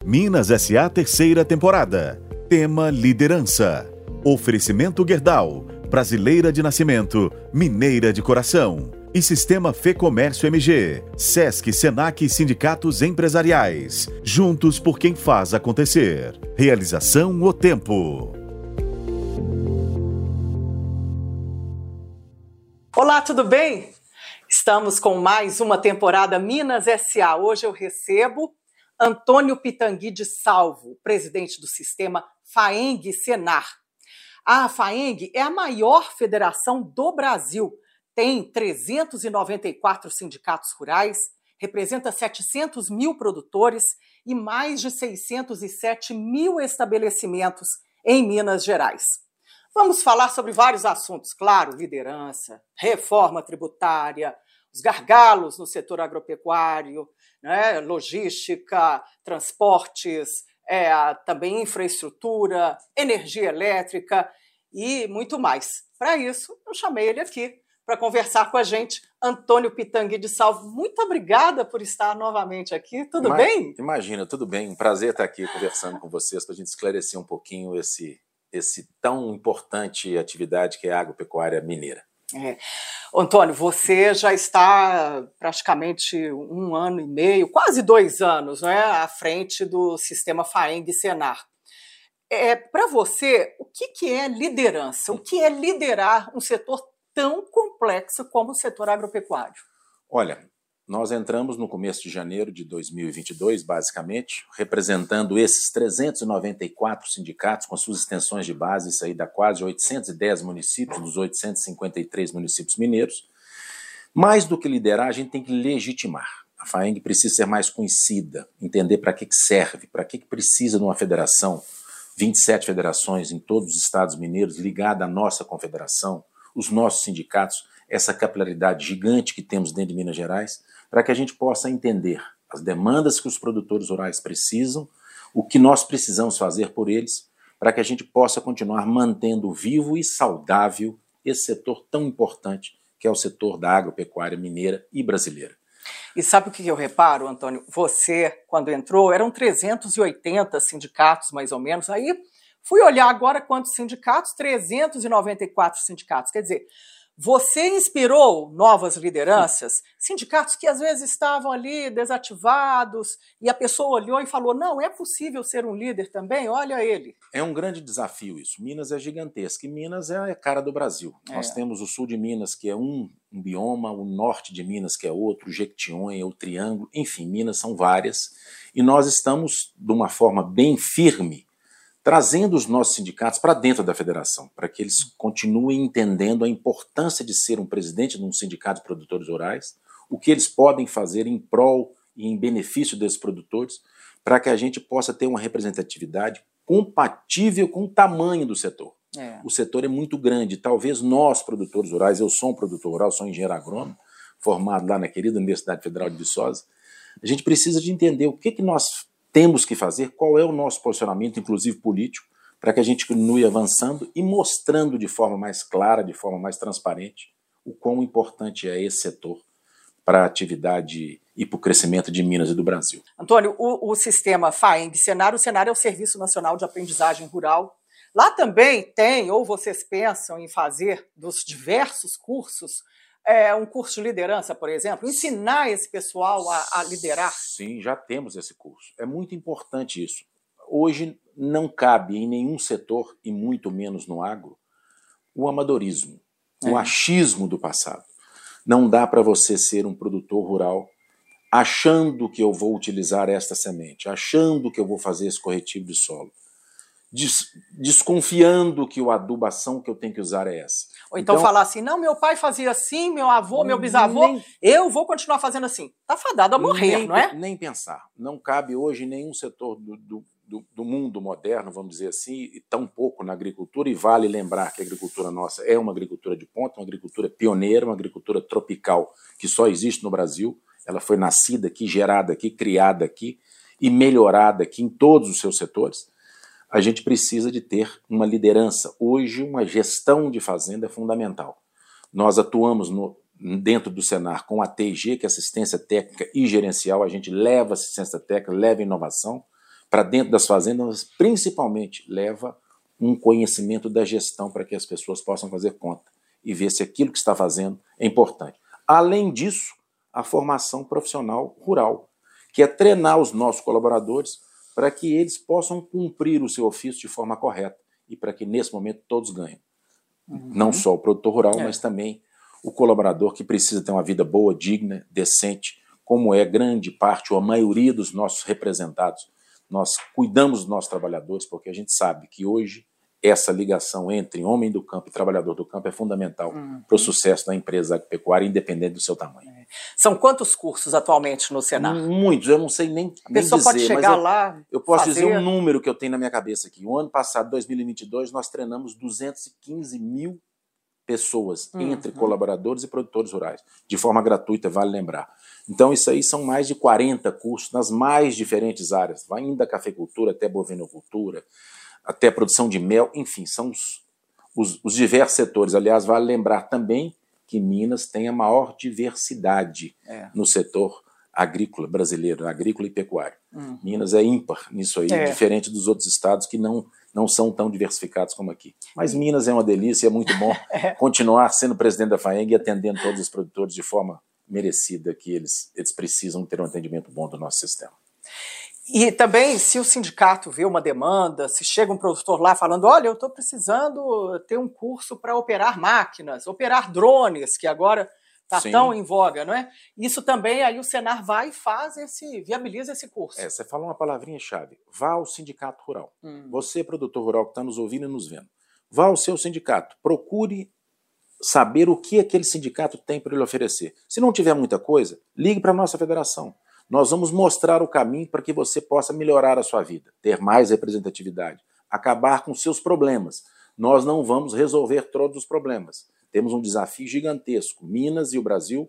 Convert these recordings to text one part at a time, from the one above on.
Minas S.A. terceira temporada. Tema liderança. Oferecimento Gerdau, brasileira de nascimento, mineira de coração. E Sistema Fê Comércio MG, Sesc, Senac e sindicatos empresariais. Juntos por quem faz acontecer. Realização O Tempo. Olá, tudo bem? Estamos com mais uma temporada Minas S.A. Hoje eu recebo Antônio Pitangui de Salvo, presidente do sistema FAENG-Senar. A FAENG é a maior federação do Brasil. Tem 394 sindicatos rurais, representa 700 mil produtores e mais de 607 mil estabelecimentos em Minas Gerais. Vamos falar sobre vários assuntos, claro, liderança, reforma tributária, os gargalos no setor agropecuário, né, logística, transportes, também infraestrutura, energia elétrica e muito mais. Para isso, eu chamei ele aqui para conversar com a gente, Antônio Pitangui de Salvo. Muito obrigada por estar novamente aqui. Tudo bem? Imagina, tudo bem. Um prazer estar aqui conversando com vocês para a gente esclarecer um pouquinho esse tão importante atividade que é a agropecuária mineira. Antônio, você já está praticamente 1 ano e meio, quase 2 anos, né, à frente do sistema FAENG-Senar. Para você, o que é liderança? O que é liderar um setor tão complexo como o setor agropecuário? Olha, nós entramos no começo de janeiro de 2022, basicamente, representando esses 394 sindicatos com suas extensões de base, isso aí dá quase 810 municípios, dos 853 municípios mineiros. Mais do que liderar, a gente tem que legitimar. A FAENG precisa ser mais conhecida, entender para que serve, para que precisa de uma federação, 27 federações em todos os estados mineiros, ligada à nossa confederação, os nossos sindicatos, essa capilaridade gigante que temos dentro de Minas Gerais, para que a gente possa entender as demandas que os produtores rurais precisam, o que nós precisamos fazer por eles, para que a gente possa continuar mantendo vivo e saudável esse setor tão importante que é o setor da agropecuária mineira e brasileira. E sabe o que eu reparo, Antônio? Você, quando entrou, eram 380 sindicatos, mais ou menos. Aí fui olhar agora quantos sindicatos, 394 sindicatos. Quer dizer, você inspirou novas lideranças, sindicatos que às vezes estavam ali desativados, e a pessoa olhou e falou, não, é possível ser um líder também, olha ele. É um grande desafio isso. Minas é gigantesca e Minas é a cara do Brasil. Nós temos o sul de Minas, que é um bioma, o norte de Minas, que é outro, o Jequitinhonha, o Triângulo, enfim, Minas são várias. E nós estamos, de uma forma bem firme, trazendo os nossos sindicatos para dentro da federação, para que eles continuem entendendo a importância de ser um presidente de um sindicato de produtores rurais, o que eles podem fazer em prol e em benefício desses produtores, para que a gente possa ter uma representatividade compatível com o tamanho do setor. O setor é muito grande, talvez nós, produtores rurais, eu sou um produtor rural, sou engenheiro agrônomo, formado lá na querida Universidade Federal de Viçosa, a gente precisa de entender o que nós temos que fazer, qual é o nosso posicionamento, inclusive político, para que a gente continue avançando e mostrando de forma mais clara, de forma mais transparente, o quão importante é esse setor para a atividade e para o crescimento de Minas e do Brasil. Antônio, o sistema FAENG-Senar, o Senar é o Serviço Nacional de Aprendizagem Rural. Lá também tem, ou vocês pensam em fazer, dos diversos cursos, um curso de liderança, por exemplo, ensinar esse pessoal a liderar? Sim, já temos esse curso. É muito importante isso. Hoje não cabe em nenhum setor, e muito menos no agro, o amadorismo, o achismo do passado. Não dá para você ser um produtor rural achando que eu vou utilizar esta semente, achando que eu vou fazer esse corretivo de solo, desconfiando que a adubação que eu tenho que usar é essa. Ou então falar assim, não, meu pai fazia assim, meu avô, meu bisavô, eu vou continuar fazendo assim. Está fadado a morrer, não é? Nem pensar. Não cabe hoje em nenhum setor do mundo moderno, vamos dizer assim, e tampouco na agricultura, e vale lembrar que a agricultura nossa é uma agricultura de ponta, uma agricultura pioneira, uma agricultura tropical, que só existe no Brasil. Ela foi nascida aqui, gerada aqui, criada aqui e melhorada aqui em todos os seus setores. A gente precisa de ter uma liderança. Hoje, uma gestão de fazenda é fundamental. Nós atuamos dentro do Senar com a TIG, que é assistência técnica e gerencial. A gente leva assistência técnica, leva inovação, para dentro das fazendas, mas principalmente leva um conhecimento da gestão para que as pessoas possam fazer conta e ver se aquilo que está fazendo é importante. Além disso, a formação profissional rural, que é treinar os nossos colaboradores para que eles possam cumprir o seu ofício de forma correta e para que, nesse momento, todos ganhem. Não só o produtor rural, mas também o colaborador que precisa ter uma vida boa, digna, decente, como é grande parte ou a maioria dos nossos representados. Nós cuidamos dos nossos trabalhadores porque a gente sabe que hoje essa ligação entre homem do campo e trabalhador do campo é fundamental para o sucesso da empresa agropecuária, independente do seu tamanho. São quantos cursos atualmente no Senar? Muitos, eu não sei nem dizer. A pessoa pode chegar lá, eu posso dizer um número que eu tenho na minha cabeça aqui. O ano passado, 2022, nós treinamos 215 mil pessoas entre colaboradores e produtores rurais, de forma gratuita, vale lembrar. Então, isso aí são mais de 40 cursos nas mais diferentes áreas, vai indo da cafeicultura até bovinocultura, até produção de mel, enfim, são os diversos setores. Aliás, vale lembrar também que Minas tem a maior diversidade no setor agrícola brasileiro, agrícola e pecuário. Minas é ímpar nisso aí, diferente dos outros estados que não são tão diversificados como aqui. Mas Minas é uma delícia, é muito bom continuar sendo presidente da FAENG e atendendo todos os produtores de forma merecida, que eles precisam ter um atendimento bom do nosso sistema. E também, se o sindicato vê uma demanda, se chega um produtor lá falando, olha, eu estou precisando ter um curso para operar máquinas, operar drones, que agora está tão em voga, não é? Isso também, aí o Senar vai e viabiliza esse curso. Você falou uma palavrinha-chave. Vá ao sindicato rural. Você, produtor rural que está nos ouvindo e nos vendo, vá ao seu sindicato, procure saber o que aquele sindicato tem para lhe oferecer. Se não tiver muita coisa, ligue para a nossa federação. Nós vamos mostrar o caminho para que você possa melhorar a sua vida, ter mais representatividade, acabar com seus problemas. Nós não vamos resolver todos os problemas. Temos um desafio gigantesco. Minas e o Brasil,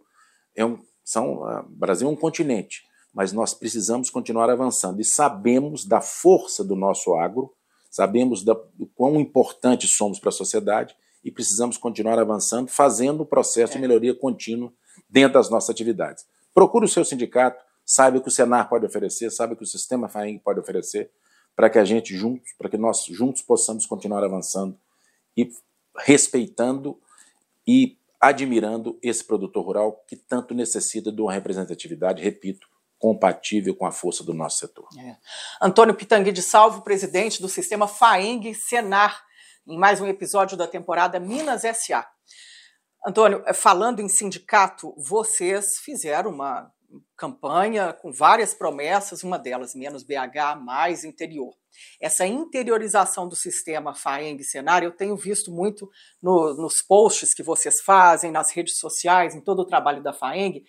o Brasil é um continente, mas nós precisamos continuar avançando e sabemos da força do nosso agro, sabemos do quão importantes somos para a sociedade e precisamos continuar avançando, fazendo o processo de melhoria contínua dentro das nossas atividades. Procure o seu sindicato, saiba o que o Senar pode oferecer, saiba o que o Sistema FAENG pode oferecer, para que nós juntos possamos continuar avançando e respeitando e admirando esse produtor rural que tanto necessita de uma representatividade, repito, compatível com a força do nosso setor. Antônio Pitangui de Salvo, presidente do Sistema FAENG Senar, em mais um episódio da temporada Minas S.A. Antônio, falando em sindicato, vocês fizeram uma campanha com várias promessas, uma delas menos BH, mais interior. Essa interiorização do sistema FAENG Senar, eu tenho visto muito nos posts que vocês fazem, nas redes sociais, em todo o trabalho da FAENG,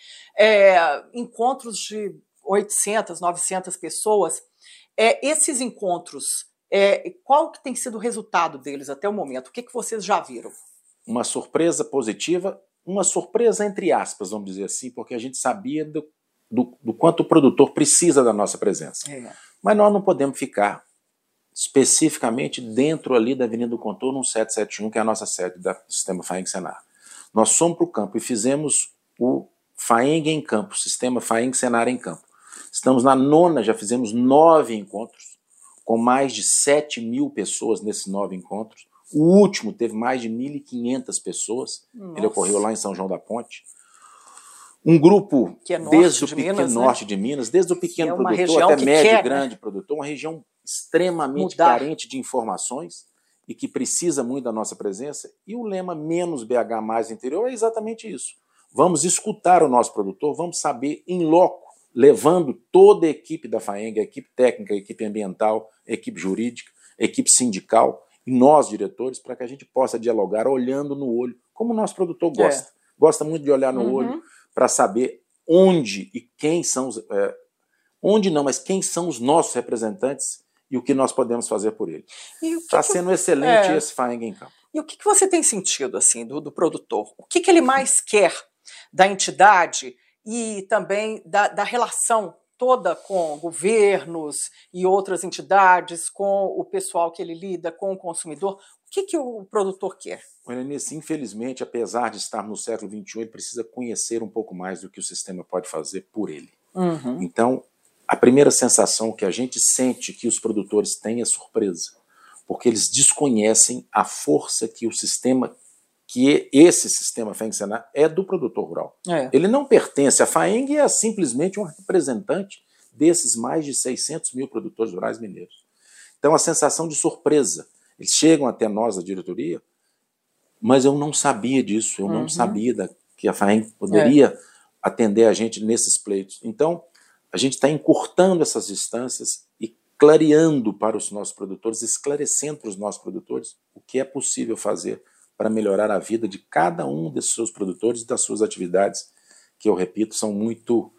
encontros de 800, 900 pessoas. Esses encontros, qual que tem sido o resultado deles até o momento? O que vocês já viram? Uma surpresa positiva, uma surpresa entre aspas, vamos dizer assim, porque a gente sabia do quanto o produtor precisa da nossa presença. Mas nós não podemos ficar especificamente dentro ali da Avenida do Contorno 1771, que é a nossa sede do Sistema FAENG Senar. Nós fomos para o campo e fizemos o FAENG em campo, Sistema FAENG Senar em campo. Estamos na 9ª, já fizemos 9 encontros, com mais de 7 mil pessoas nesses 9 encontros. O último teve mais de 1.500 pessoas. Ele ocorreu lá em São João da Ponte. Um grupo desde o pequeno norte de Minas, desde o pequeno produtor até médio e grande produtor, uma região extremamente carente de informações e que precisa muito da nossa presença. E o lema menos BH, mais interior é exatamente isso. Vamos escutar o nosso produtor, vamos saber em loco, levando toda a equipe da FAENG, a equipe técnica, a equipe ambiental, a equipe jurídica, a equipe sindical, e nós, diretores, para que a gente possa dialogar olhando no olho, como o nosso produtor gosta. Gosta muito de olhar no olho para saber onde e quem são os... mas quem são os nossos representantes e o que nós podemos fazer por ele. Está sendo excelente esse FAENG em campo. E o que você tem sentido assim do produtor? O que ele mais quer da entidade e também da relação toda com governos e outras entidades, com o pessoal que ele lida, com o consumidor? O que o produtor quer? Helenice, infelizmente, apesar de estarmos no século XXI, ele precisa conhecer um pouco mais do que o sistema pode fazer por ele. Então, a primeira sensação que a gente sente que os produtores têm é surpresa, porque eles desconhecem a força que o sistema, que esse sistema FAENG-SENAR é do produtor rural. Ele não pertence, a FAENG é simplesmente um representante desses mais de 600 mil produtores rurais mineiros. Então, a sensação de surpresa, eles chegam até nós, a diretoria, mas eu não sabia disso, eu não sabia que a FAENG poderia atender a gente nesses pleitos. Então, a gente está encurtando essas distâncias e clareando para os nossos produtores, esclarecendo para os nossos produtores o que é possível fazer para melhorar a vida de cada um desses seus produtores e das suas atividades, que eu repito, são muito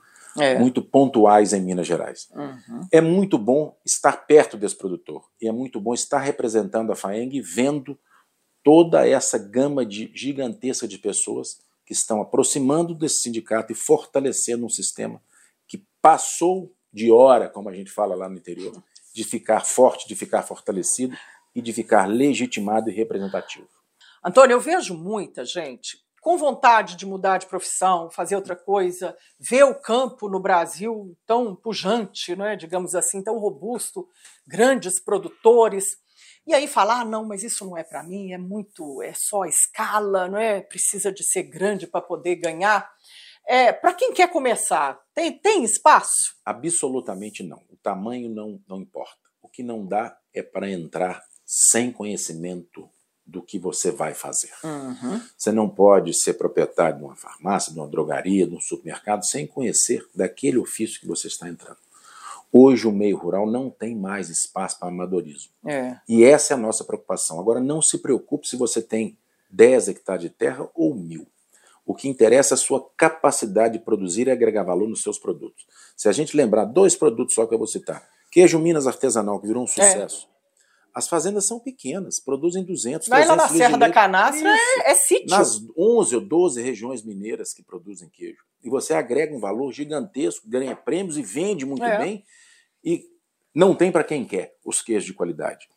pontuais em Minas Gerais. É muito bom estar perto desse produtor e é muito bom estar representando a FAENG e vendo toda essa gama gigantesca de pessoas que estão aproximando desse sindicato e fortalecendo um sistema que passou de hora, como a gente fala lá no interior, de ficar forte, de ficar fortalecido e de ficar legitimado e representativo. Antônio, eu vejo muita gente com vontade de mudar de profissão, fazer outra coisa, ver o campo no Brasil tão pujante, não é? Digamos assim, tão robusto, grandes produtores, e aí falar, não, mas isso não é para mim, é só escala, não é? Precisa de ser grande para poder ganhar. Para quem quer começar, tem espaço? Absolutamente não. O tamanho não importa. O que não dá é para entrar sem conhecimento do que você vai fazer. Você não pode ser proprietário de uma farmácia, de uma drogaria, de um supermercado, sem conhecer daquele ofício que você está entrando. Hoje o meio rural não tem mais espaço para amadorismo. E essa é a nossa preocupação. Agora, não se preocupe se você tem 10 hectares de terra ou 1.000. O que interessa é a sua capacidade de produzir e agregar valor nos seus produtos. Se a gente lembrar 2 produtos só que eu vou citar. Queijo Minas artesanal, que virou um sucesso. As fazendas são pequenas, produzem 200, 300 Vai lá na Serra da Canastra, é sítio. Nas 11 ou 12 regiões mineiras que produzem queijo. E você agrega um valor gigantesco, ganha prêmios e vende muito bem. E não tem para quem quer os queijos de qualidade.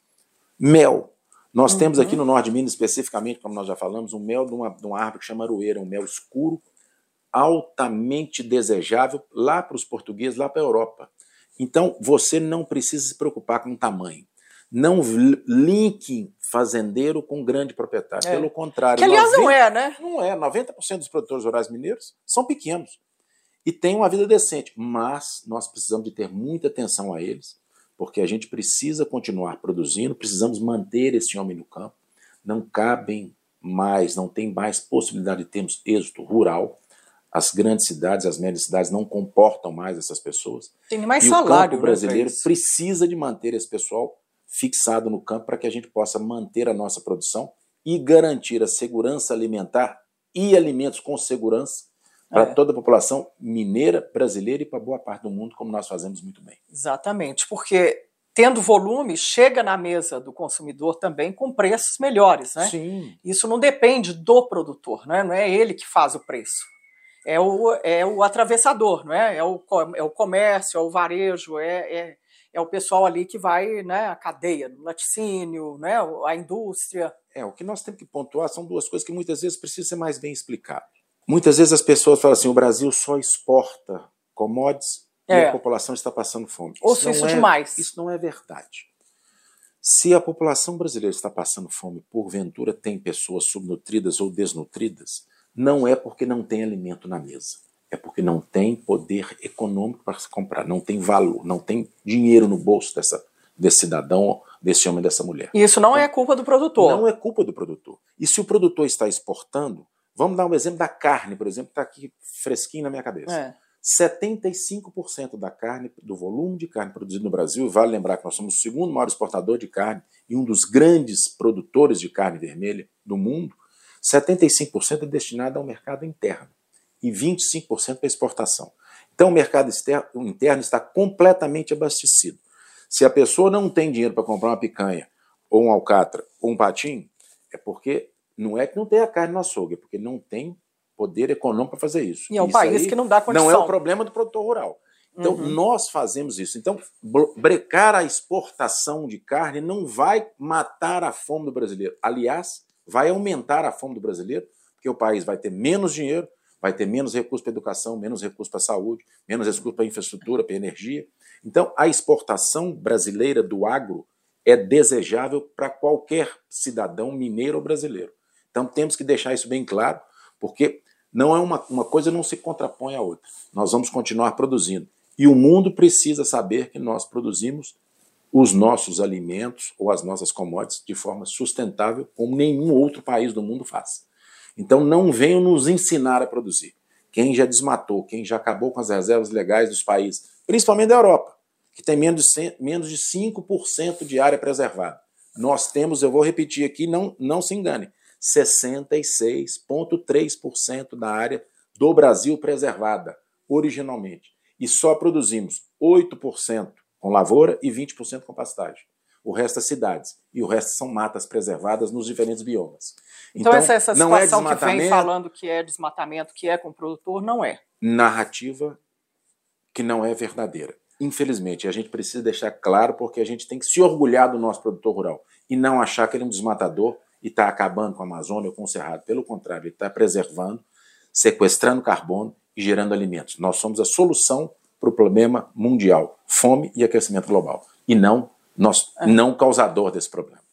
Mel. Nós temos aqui no norte de Minas, especificamente, como nós já falamos, um mel de uma árvore que chama aroeira, um mel escuro, altamente desejável lá para os portugueses, lá para a Europa. Então, você não precisa se preocupar com o tamanho. Não linke fazendeiro com grande proprietário. Pelo contrário. Que, aliás, não é, né? Não é. 90% dos produtores rurais mineiros são pequenos e têm uma vida decente. Mas nós precisamos de ter muita atenção a eles, porque a gente precisa continuar produzindo, precisamos manter esse homem no campo. Não cabem mais, não tem mais possibilidade de termos êxito rural. As grandes cidades, as médias cidades não comportam mais essas pessoas. Tem mais e salário. O campo brasileiro precisa de manter esse pessoal fixado no campo para que a gente possa manter a nossa produção e garantir a segurança alimentar e alimentos com segurança para toda a população mineira, brasileira e para boa parte do mundo, como nós fazemos muito bem. Exatamente, porque tendo volume, chega na mesa do consumidor também com preços melhores, né? Sim. Isso não depende do produtor, né? Não é ele que faz o preço. É o atravessador, não é? É o comércio, é o varejo, é o pessoal ali que vai, né, a cadeia, no laticínio, né, a indústria. O que nós temos que pontuar são 2 coisas que muitas vezes precisam ser mais bem explicadas. Muitas vezes as pessoas falam assim, o Brasil só exporta commodities e a população está passando fome. Ouço isso demais. Isso não é verdade. Se a população brasileira está passando fome, porventura tem pessoas subnutridas ou desnutridas, não é porque não tem alimento na mesa. É porque não tem poder econômico para se comprar, não tem valor, não tem dinheiro no bolso desse cidadão, desse homem, dessa mulher. E isso não é culpa do produtor. Não é culpa do produtor. E se o produtor está exportando, vamos dar um exemplo da carne, por exemplo, que está aqui fresquinho na minha cabeça. 75% da carne, do volume de carne produzido no Brasil, e vale lembrar que nós somos o 2º maior exportador de carne e um dos grandes produtores de carne vermelha do mundo, 75% é destinado ao mercado interno e 25% para exportação. Então o mercado interno está completamente abastecido. Se a pessoa não tem dinheiro para comprar uma picanha, ou um alcatra, ou um patinho, é porque não é que não tem a carne no açougue, é porque não tem poder econômico para fazer isso. E é um país que não dá condição. Não é o problema do produtor rural. Então nós fazemos isso. Então brecar a exportação de carne não vai matar a fome do brasileiro. Aliás, vai aumentar a fome do brasileiro, porque o país vai ter menos dinheiro, vai ter menos recursos para educação, menos recursos para saúde, menos recursos para infraestrutura, para energia. Então, a exportação brasileira do agro é desejável para qualquer cidadão mineiro ou brasileiro. Então, temos que deixar isso bem claro, porque não é uma coisa não se contrapõe à outra. Nós vamos continuar produzindo. E o mundo precisa saber que nós produzimos os nossos alimentos ou as nossas commodities de forma sustentável, como nenhum outro país do mundo faz. Então, não venham nos ensinar a produzir. Quem já desmatou, quem já acabou com as reservas legais dos países, principalmente da Europa, que tem menos de 5% de área preservada. Nós temos, eu vou repetir aqui, não se engane, 66,3% da área do Brasil preservada, originalmente. E só produzimos 8% com lavoura e 20% com pastagem. O resto é cidades. E o resto são matas preservadas nos diferentes biomas. Então essa situação que vem falando que é desmatamento, que é com o produtor, não é. Narrativa que não é verdadeira. Infelizmente, a gente precisa deixar claro porque a gente tem que se orgulhar do nosso produtor rural e não achar que ele é um desmatador e está acabando com a Amazônia ou com o Cerrado. Pelo contrário, ele está preservando, sequestrando carbono e gerando alimentos. Nós somos a solução para o problema mundial, fome e aquecimento global, e não causador desse problema.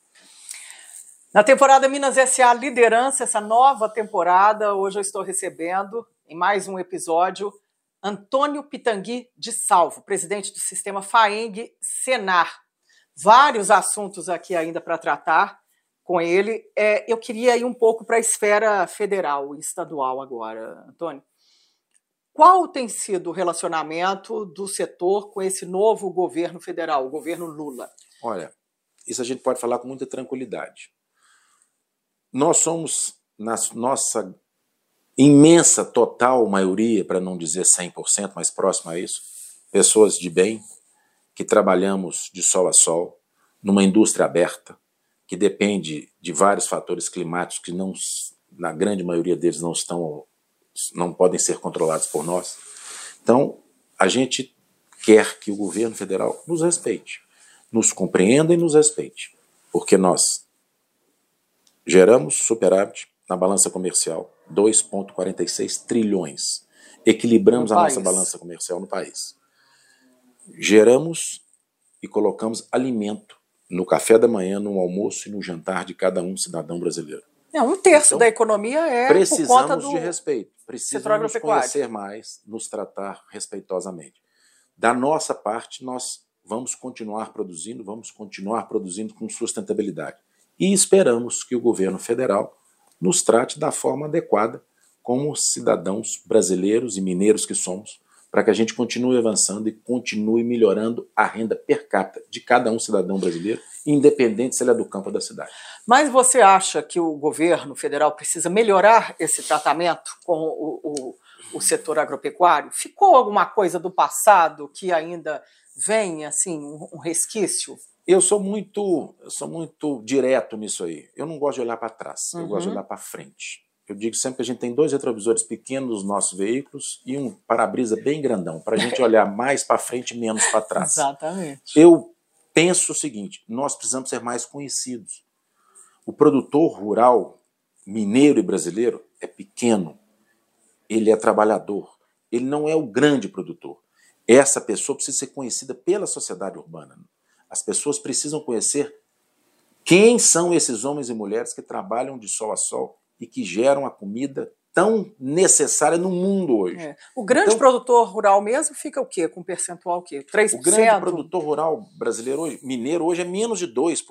Na temporada Minas S.A. Liderança, essa nova temporada, hoje eu estou recebendo, em mais um episódio, Antônio Pitangui de Salvo, presidente do sistema FAENG-Senar. Vários assuntos aqui ainda para tratar com ele. Eu queria ir um pouco para a esfera federal e estadual agora, Antônio. Qual tem sido o relacionamento do setor com esse novo governo federal, o governo Lula? Olha, isso a gente pode falar com muita tranquilidade. Nós somos, na nossa imensa, total maioria, para não dizer 100%, mas próximo a isso, pessoas de bem, que trabalhamos de sol a sol, numa indústria aberta, que depende de vários fatores climáticos que, na grande maioria deles, não podem ser controlados por nós. Então, a gente quer que o governo federal nos respeite, nos compreenda e nos respeite, porque nós geramos superávit na balança comercial, 2,46 trilhões. Equilibramos a nossa balança comercial no país. Geramos e colocamos alimento no café da manhã, no almoço e no jantar de cada cidadão brasileiro. Um terço da economia por conta do de respeito. Precisamos nos conhecer mais, nos tratar respeitosamente. Da nossa parte, nós vamos continuar produzindo com sustentabilidade. E esperamos que o governo federal nos trate da forma adequada como cidadãos brasileiros e mineiros que somos, para que a gente continue avançando e continue melhorando a renda per capita de cada cidadão brasileiro, independente se ele é do campo ou da cidade. Mas você acha que o governo federal precisa melhorar esse tratamento com o setor agropecuário? Ficou alguma coisa do passado que ainda vem, assim, um resquício? Eu sou muito direto nisso aí. Eu não gosto de olhar para trás, eu gosto de olhar para frente. Eu digo sempre que a gente tem 2 retrovisores pequenos nos nossos veículos e um para-brisa bem grandão, para a gente olhar mais para frente e menos para trás. Exatamente. Eu penso o seguinte, nós precisamos ser mais conhecidos. O produtor rural mineiro e brasileiro é pequeno, ele é trabalhador, ele não é o grande produtor. Essa pessoa precisa ser conhecida pela sociedade urbana. As pessoas precisam conhecer quem são esses homens e mulheres que trabalham de sol a sol e que geram a comida tão necessária no mundo hoje. O grande produtor rural mesmo fica o quê? Com percentual o quê? 3%? O grande produtor rural brasileiro, mineiro, hoje é menos de 2%.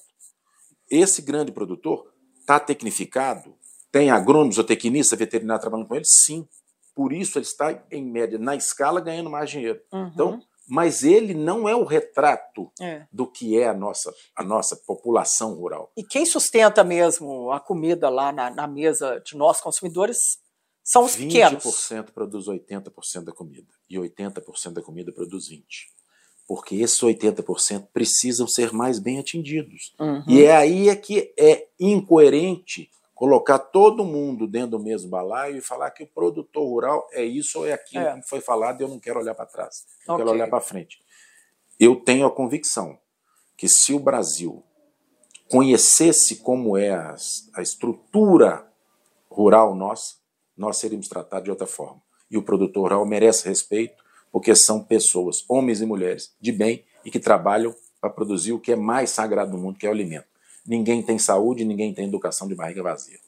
Esse grande produtor está tecnificado, tem agrônomos ou tecnistas veterinários trabalhando com ele? Sim. Por isso ele está, em média, na escala, ganhando mais dinheiro. Então, mas ele não é o retrato do que é a nossa população rural. E quem sustenta mesmo a comida lá na mesa de nós, consumidores, são os pequenos. 20% produz 80% da comida. E 80% da comida produz 20%. Porque esses 80% precisam ser mais bem atendidos. E é aí que é incoerente colocar todo mundo dentro do mesmo balaio e falar que o produtor rural é isso ou é aquilo que foi falado e eu não quero olhar para trás, eu quero olhar para frente. Eu tenho a convicção que se o Brasil conhecesse como é a estrutura rural nossa, nós seríamos tratados de outra forma. E o produtor rural merece respeito, porque são pessoas, homens e mulheres, de bem e que trabalham para produzir o que é mais sagrado do mundo, que é o alimento. Ninguém tem saúde, ninguém tem educação de barriga vazia.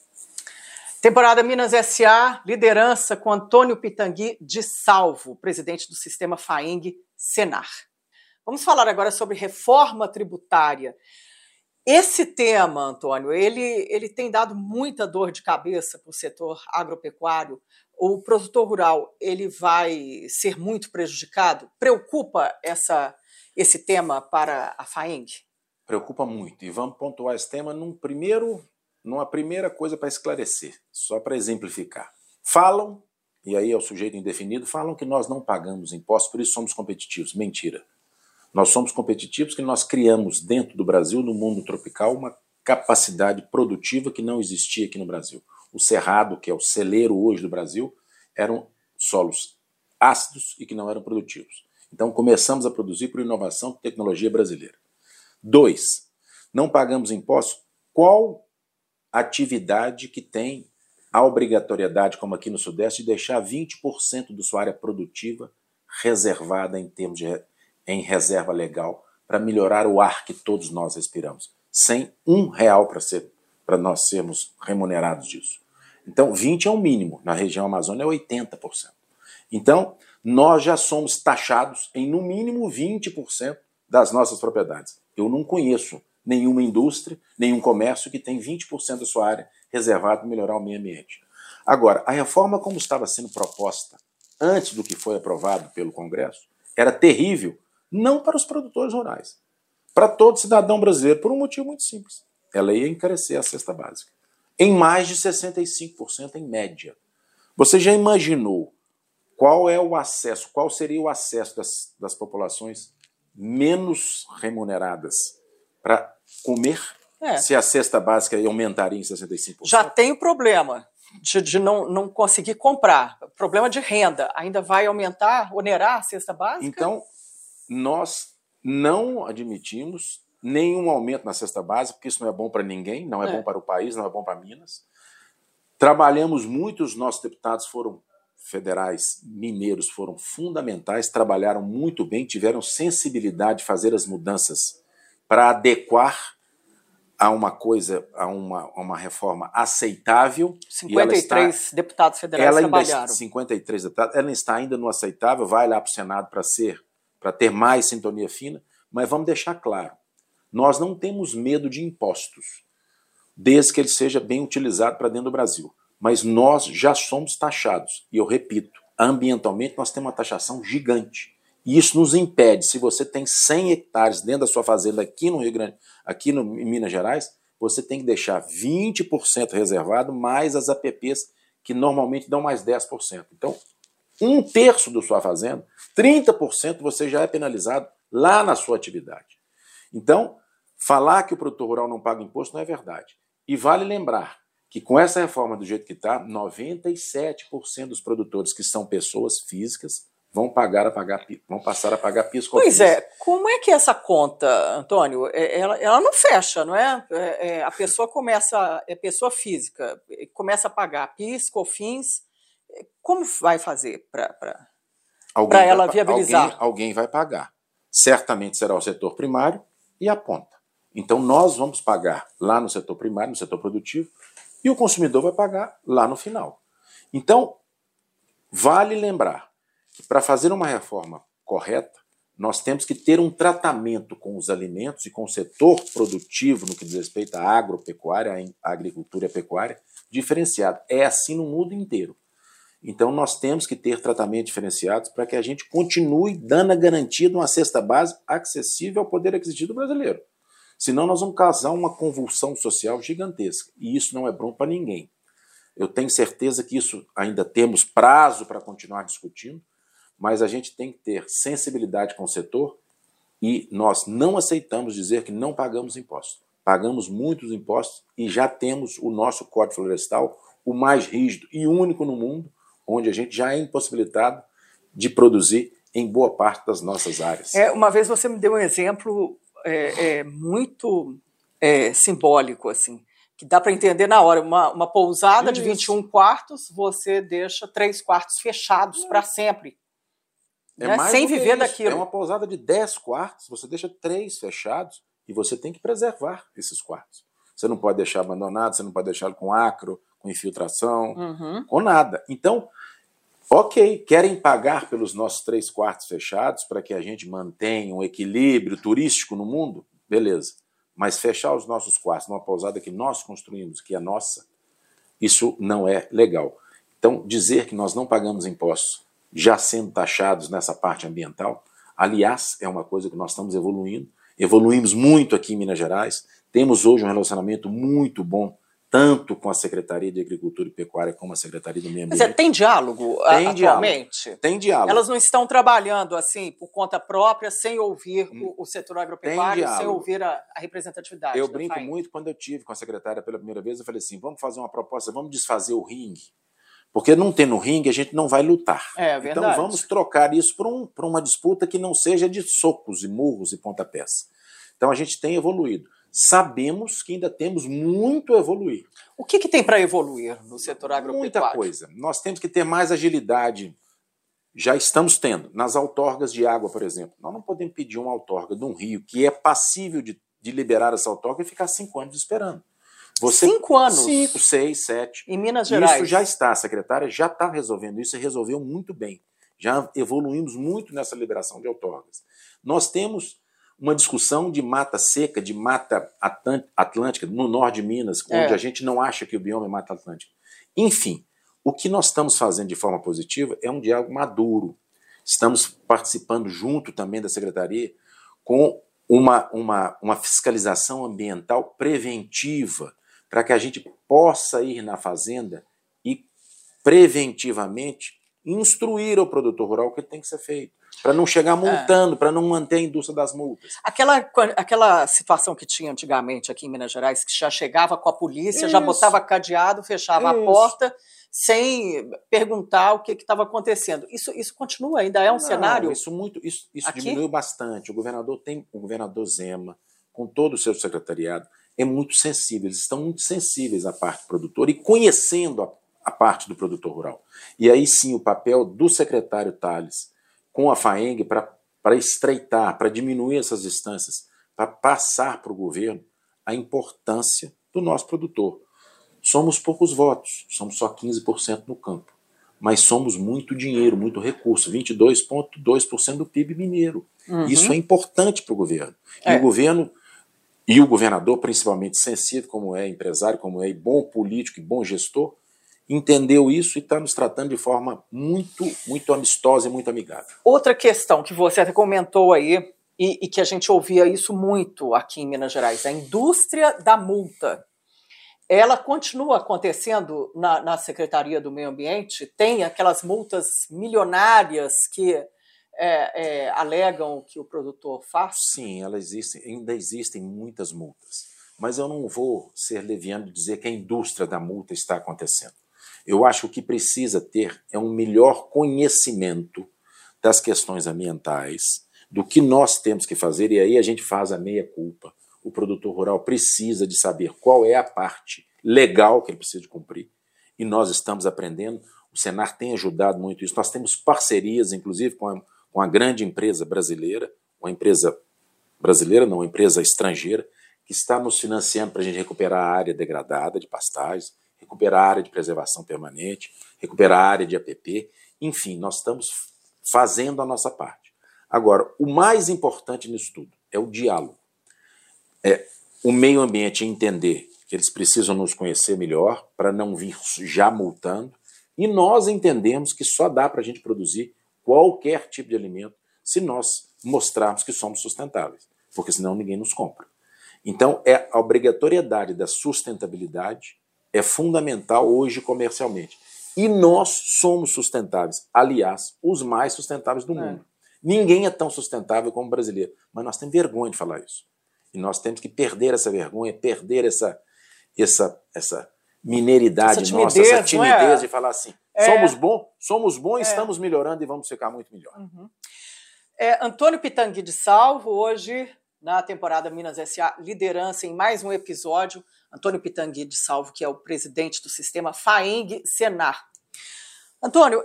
Temporada Minas S.A., liderança com Antônio Pitangui de Salvo, presidente do Sistema FAENG-Senar. Vamos falar agora sobre reforma tributária. Esse tema, Antônio, ele tem dado muita dor de cabeça para o setor agropecuário. O produtor rural ele vai ser muito prejudicado? Preocupa esse tema para a FAENG? Preocupa muito. E vamos pontuar esse tema numa primeira coisa para esclarecer, só para exemplificar. Falam, e aí é o sujeito indefinido, falam que nós não pagamos impostos, por isso somos competitivos. Mentira. Nós somos competitivos porque nós criamos dentro do Brasil, no mundo tropical, uma capacidade produtiva que não existia aqui no Brasil. O cerrado, que é o celeiro hoje do Brasil, eram solos ácidos e que não eram produtivos. Então começamos a produzir por inovação e tecnologia brasileira. 2. Não pagamos impostos. Qual atividade que tem a obrigatoriedade, como aqui no Sudeste, de deixar 20% da sua área produtiva reservada em reserva legal para melhorar o ar que todos nós respiramos, sem R$1 para nós sermos remunerados disso. Então, 20% é o mínimo, na região Amazônia é 80%. Então, nós já somos taxados em, no mínimo, 20% das nossas propriedades. Eu não conheço nenhuma indústria, nenhum comércio que tem 20% da sua área reservada para melhorar o meio ambiente. Agora, a reforma como estava sendo proposta antes do que foi aprovado pelo Congresso era terrível, não para os produtores rurais, para todo cidadão brasileiro, por um motivo muito simples. Ela ia encarecer a cesta básica, em mais de 65% em média. Você já imaginou qual seria o acesso das populações menos remuneradas para comer, se a cesta básica aumentaria em 65%? Já tem o problema de não conseguir comprar. Problema de renda. Ainda vai aumentar, onerar a cesta básica? Então, nós não admitimos nenhum aumento na cesta básica, porque isso não é bom para ninguém, não é bom para o país, não é bom para Minas. Trabalhamos muito, os nossos deputados federais mineiros foram fundamentais, trabalharam muito bem, tiveram sensibilidade de fazer as mudanças para adequar a uma reforma aceitável. 53 deputados federais trabalharam. 53 deputados, ela está ainda no aceitável, vai lá para o Senado para ter mais sintonia fina, mas vamos deixar claro, nós não temos medo de impostos, desde que ele seja bem utilizado para dentro do Brasil. Mas nós já somos taxados, e eu repito, ambientalmente nós temos uma taxação gigante. E isso nos impede, se você tem 100 hectares dentro da sua fazenda aqui no Rio Grande, em Minas Gerais, você tem que deixar 20% reservado, mais as APPs, que normalmente dão mais 10%. Então, 1/3 da sua fazenda, 30% você já é penalizado lá na sua atividade. Então, falar que o produtor rural não paga imposto não é verdade. E vale lembrar que com essa reforma do jeito que está, 97% dos produtores que são pessoas físicas vão passar a pagar PIS/COFINS. Pois é, como é que essa conta, Antônio, ela não fecha, não é? A pessoa é pessoa física, começa a pagar PIS/COFINS, como vai fazer para ela viabilizar? Alguém vai pagar. Certamente será o setor primário e a ponta. Então nós vamos pagar lá no setor primário, no setor produtivo, e o consumidor vai pagar lá no final. Então, vale lembrar que para fazer uma reforma correta, nós temos que ter um tratamento com os alimentos e com o setor produtivo no que diz respeito à agropecuária, à agricultura e à pecuária, diferenciado. É assim no mundo inteiro. Então nós temos que ter tratamentos diferenciados para que a gente continue dando a garantia de uma cesta básica acessível ao poder aquisitivo brasileiro. Senão nós vamos causar uma convulsão social gigantesca. E isso não é bom para ninguém. Eu tenho certeza que isso ainda temos prazo para continuar discutindo, mas a gente tem que ter sensibilidade com o setor e nós não aceitamos dizer que não pagamos impostos. Pagamos muitos impostos e já temos o nosso Código Florestal, o mais rígido e único no mundo, onde a gente já é impossibilitado de produzir em boa parte das nossas áreas. Uma vez você me deu um exemplo muito simbólico, assim. que dá para entender na hora, uma pousada de 21 quartos, você deixa 3 quartos fechados para sempre. Né? Sem viver daquilo. É uma pousada de 10 quartos, você deixa 3 fechados e você tem que preservar esses quartos. Você não pode deixar abandonado, você não pode deixá-lo com acro, com infiltração, com nada. Então, ok, querem pagar pelos nossos 3 quartos fechados para que a gente mantenha um equilíbrio turístico no mundo? Beleza. Mas fechar os nossos quartos numa pousada que nós construímos, que é nossa, isso não é legal. Então, dizer que nós não pagamos impostos já sendo taxados nessa parte ambiental, aliás, é uma coisa que nós estamos evoluindo. Evoluímos muito aqui em Minas Gerais, temos hoje um relacionamento muito bom, tanto com a Secretaria de Agricultura e Pecuária como a Secretaria do Meio Ambiente. Mas tem diálogo atualmente? Tem diálogo. Elas não estão trabalhando assim por conta própria, sem ouvir o setor agropecuário, sem ouvir a representatividade. Eu brinco muito quando eu tive com a secretária pela primeira vez, eu falei assim, vamos fazer uma proposta, vamos desfazer o ringue, porque não tendo ringue a gente não vai lutar. É verdade. Então vamos trocar isso por uma disputa que não seja de socos e murros e pontapés. Então a gente tem evoluído. Sabemos que ainda temos muito a evoluir. O que tem para evoluir no setor agropecuário? Muita coisa. Nós temos que ter mais agilidade. Já estamos tendo. Nas outorgas de água, por exemplo. Nós não podemos pedir uma outorga de um rio que é passível de liberar essa outorga e ficar 5 anos esperando. 5 anos? 5, 6, 7. Em Minas Gerais? Isso já está. A secretária já está resolvendo isso e resolveu muito bem. Já evoluímos muito nessa liberação de outorgas. Nós temos uma discussão de mata seca, de mata atlântica, no norte de Minas, onde a gente não acha que o bioma é mata atlântica. Enfim, o que nós estamos fazendo de forma positiva é um diálogo maduro. Estamos participando junto também da Secretaria com uma fiscalização ambiental preventiva, para que a gente possa ir na fazenda e preventivamente instruir o produtor rural o que tem que ser feito, para não chegar multando, para não manter a indústria das multas. Aquela situação que tinha antigamente aqui em Minas Gerais, que já chegava com a polícia, já botava cadeado, fechava a porta, sem perguntar o que estava acontecendo. Isso continua, ainda é um cenário? Isso diminuiu bastante. O governador Zema, com todo o seu secretariado, é muito sensível. Eles estão muito sensíveis à parte produtora e conhecendo a parte do produtor rural. E aí sim o papel do secretário Tales com a FAENG para estreitar, para diminuir essas distâncias, para passar para o governo a importância do nosso produtor. Somos poucos votos, somos só 15% no campo, mas somos muito dinheiro, muito recurso, 22,2% do PIB mineiro. Isso é importante para o governo. E o governo e o governador, principalmente sensível como é, empresário como é, e bom político e bom gestor, entendeu isso e está nos tratando de forma muito, muito amistosa e muito amigável. Outra questão que você até comentou aí, e que a gente ouvia isso muito aqui em Minas Gerais, a indústria da multa. Ela continua acontecendo na Secretaria do Meio Ambiente? Tem aquelas multas milionárias que alegam que o produtor faz? Sim, ainda existem muitas multas. Mas eu não vou ser leviano de dizer que a indústria da multa está acontecendo. Eu acho que o que precisa ter é um melhor conhecimento das questões ambientais, do que nós temos que fazer, e aí a gente faz a meia-culpa. O produtor rural precisa de saber qual é a parte legal que ele precisa de cumprir, e nós estamos aprendendo. O Senar tem ajudado muito isso. Nós temos parcerias, inclusive, com a grande empresa brasileira, uma empresa estrangeira, que está nos financiando para a gente recuperar a área degradada de pastagens, recuperar a área de preservação permanente, recuperar a área de APP. Enfim, nós estamos fazendo a nossa parte. Agora, o mais importante nisso tudo é o diálogo. O meio ambiente entender que eles precisam nos conhecer melhor para não vir já multando, e nós entendemos que só dá para a gente produzir qualquer tipo de alimento se nós mostrarmos que somos sustentáveis, porque senão ninguém nos compra. Então, a obrigatoriedade da sustentabilidade é fundamental hoje comercialmente. E nós somos sustentáveis, aliás, os mais sustentáveis do mundo. Ninguém é tão sustentável como o brasileiro, mas nós temos vergonha de falar isso. E nós temos que perder essa vergonha, perder essa mineiridade nossa, essa timidez de falar assim, somos bons, estamos melhorando e vamos ficar muito melhor. Antônio Pitangui de Salvo, hoje na temporada Minas S.A. Liderança em mais um episódio. Antônio Pitangui de Salvo, que é o presidente do sistema FAENG-Senar. Antônio,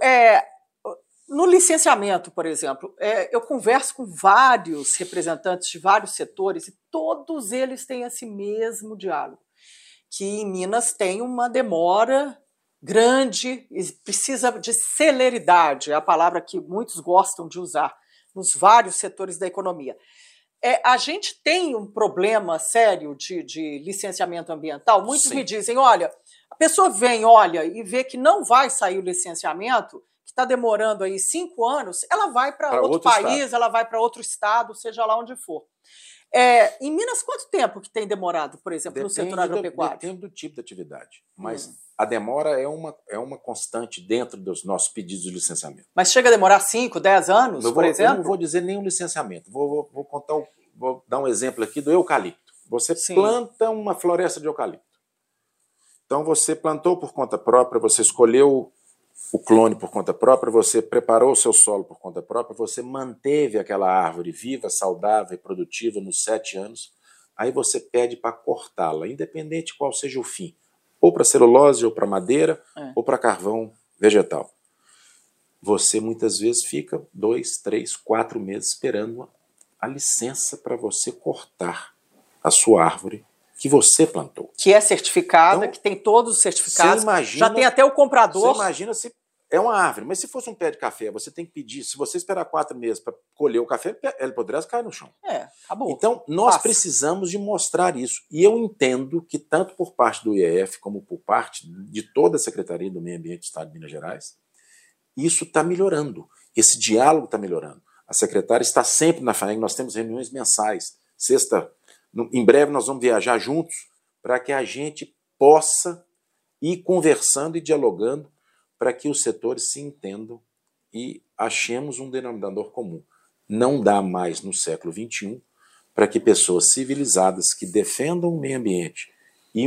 no licenciamento, por exemplo, eu converso com vários representantes de vários setores e todos eles têm esse mesmo diálogo, que em Minas tem uma demora grande e precisa de celeridade, é a palavra que muitos gostam de usar nos vários setores da economia. A gente tem um problema sério de licenciamento ambiental. Muitos me dizem, olha, a pessoa vem, olha, e vê que não vai sair o licenciamento, que está demorando aí 5 anos, ela vai para outro país, ela vai para outro estado, seja lá onde for. Em Minas, quanto tempo que tem demorado, por exemplo, no setor agropecuário? Depende do tipo de atividade, mas a demora é uma constante dentro dos nossos pedidos de licenciamento. Mas chega a demorar 5, 10 anos, por exemplo? Eu não vou dizer nenhum licenciamento, vou dar um exemplo aqui do eucalipto. Você planta uma floresta de eucalipto. Então você plantou por conta própria, você escolheu o clone por conta própria, você preparou o seu solo por conta própria, você manteve aquela árvore viva, saudável e produtiva nos 7 anos, aí você pede para cortá-la, independente qual seja o fim, ou para celulose, ou para madeira, ou para carvão vegetal. Você muitas vezes fica 2, 3, 4 meses esperando a licença para você cortar a sua árvore que você plantou. Que é certificada, então, que tem todos os certificados, já tem até o comprador. Você imagina se é uma árvore, mas se fosse um pé de café, você tem que pedir, se você esperar 4 meses para colher o café, ele poderia cair no chão. Acabou. Então, nós precisamos de mostrar isso. E eu entendo que tanto por parte do IEF, como por parte de toda a Secretaria do Meio Ambiente do Estado de Minas Gerais, isso está melhorando. Esse diálogo está melhorando. A secretária está sempre na FAENG, nós temos reuniões mensais. Em breve nós vamos viajar juntos para que a gente possa ir conversando e dialogando para que os setores se entendam e achemos um denominador comum. Não dá mais no século XXI para que pessoas civilizadas que defendam o meio ambiente e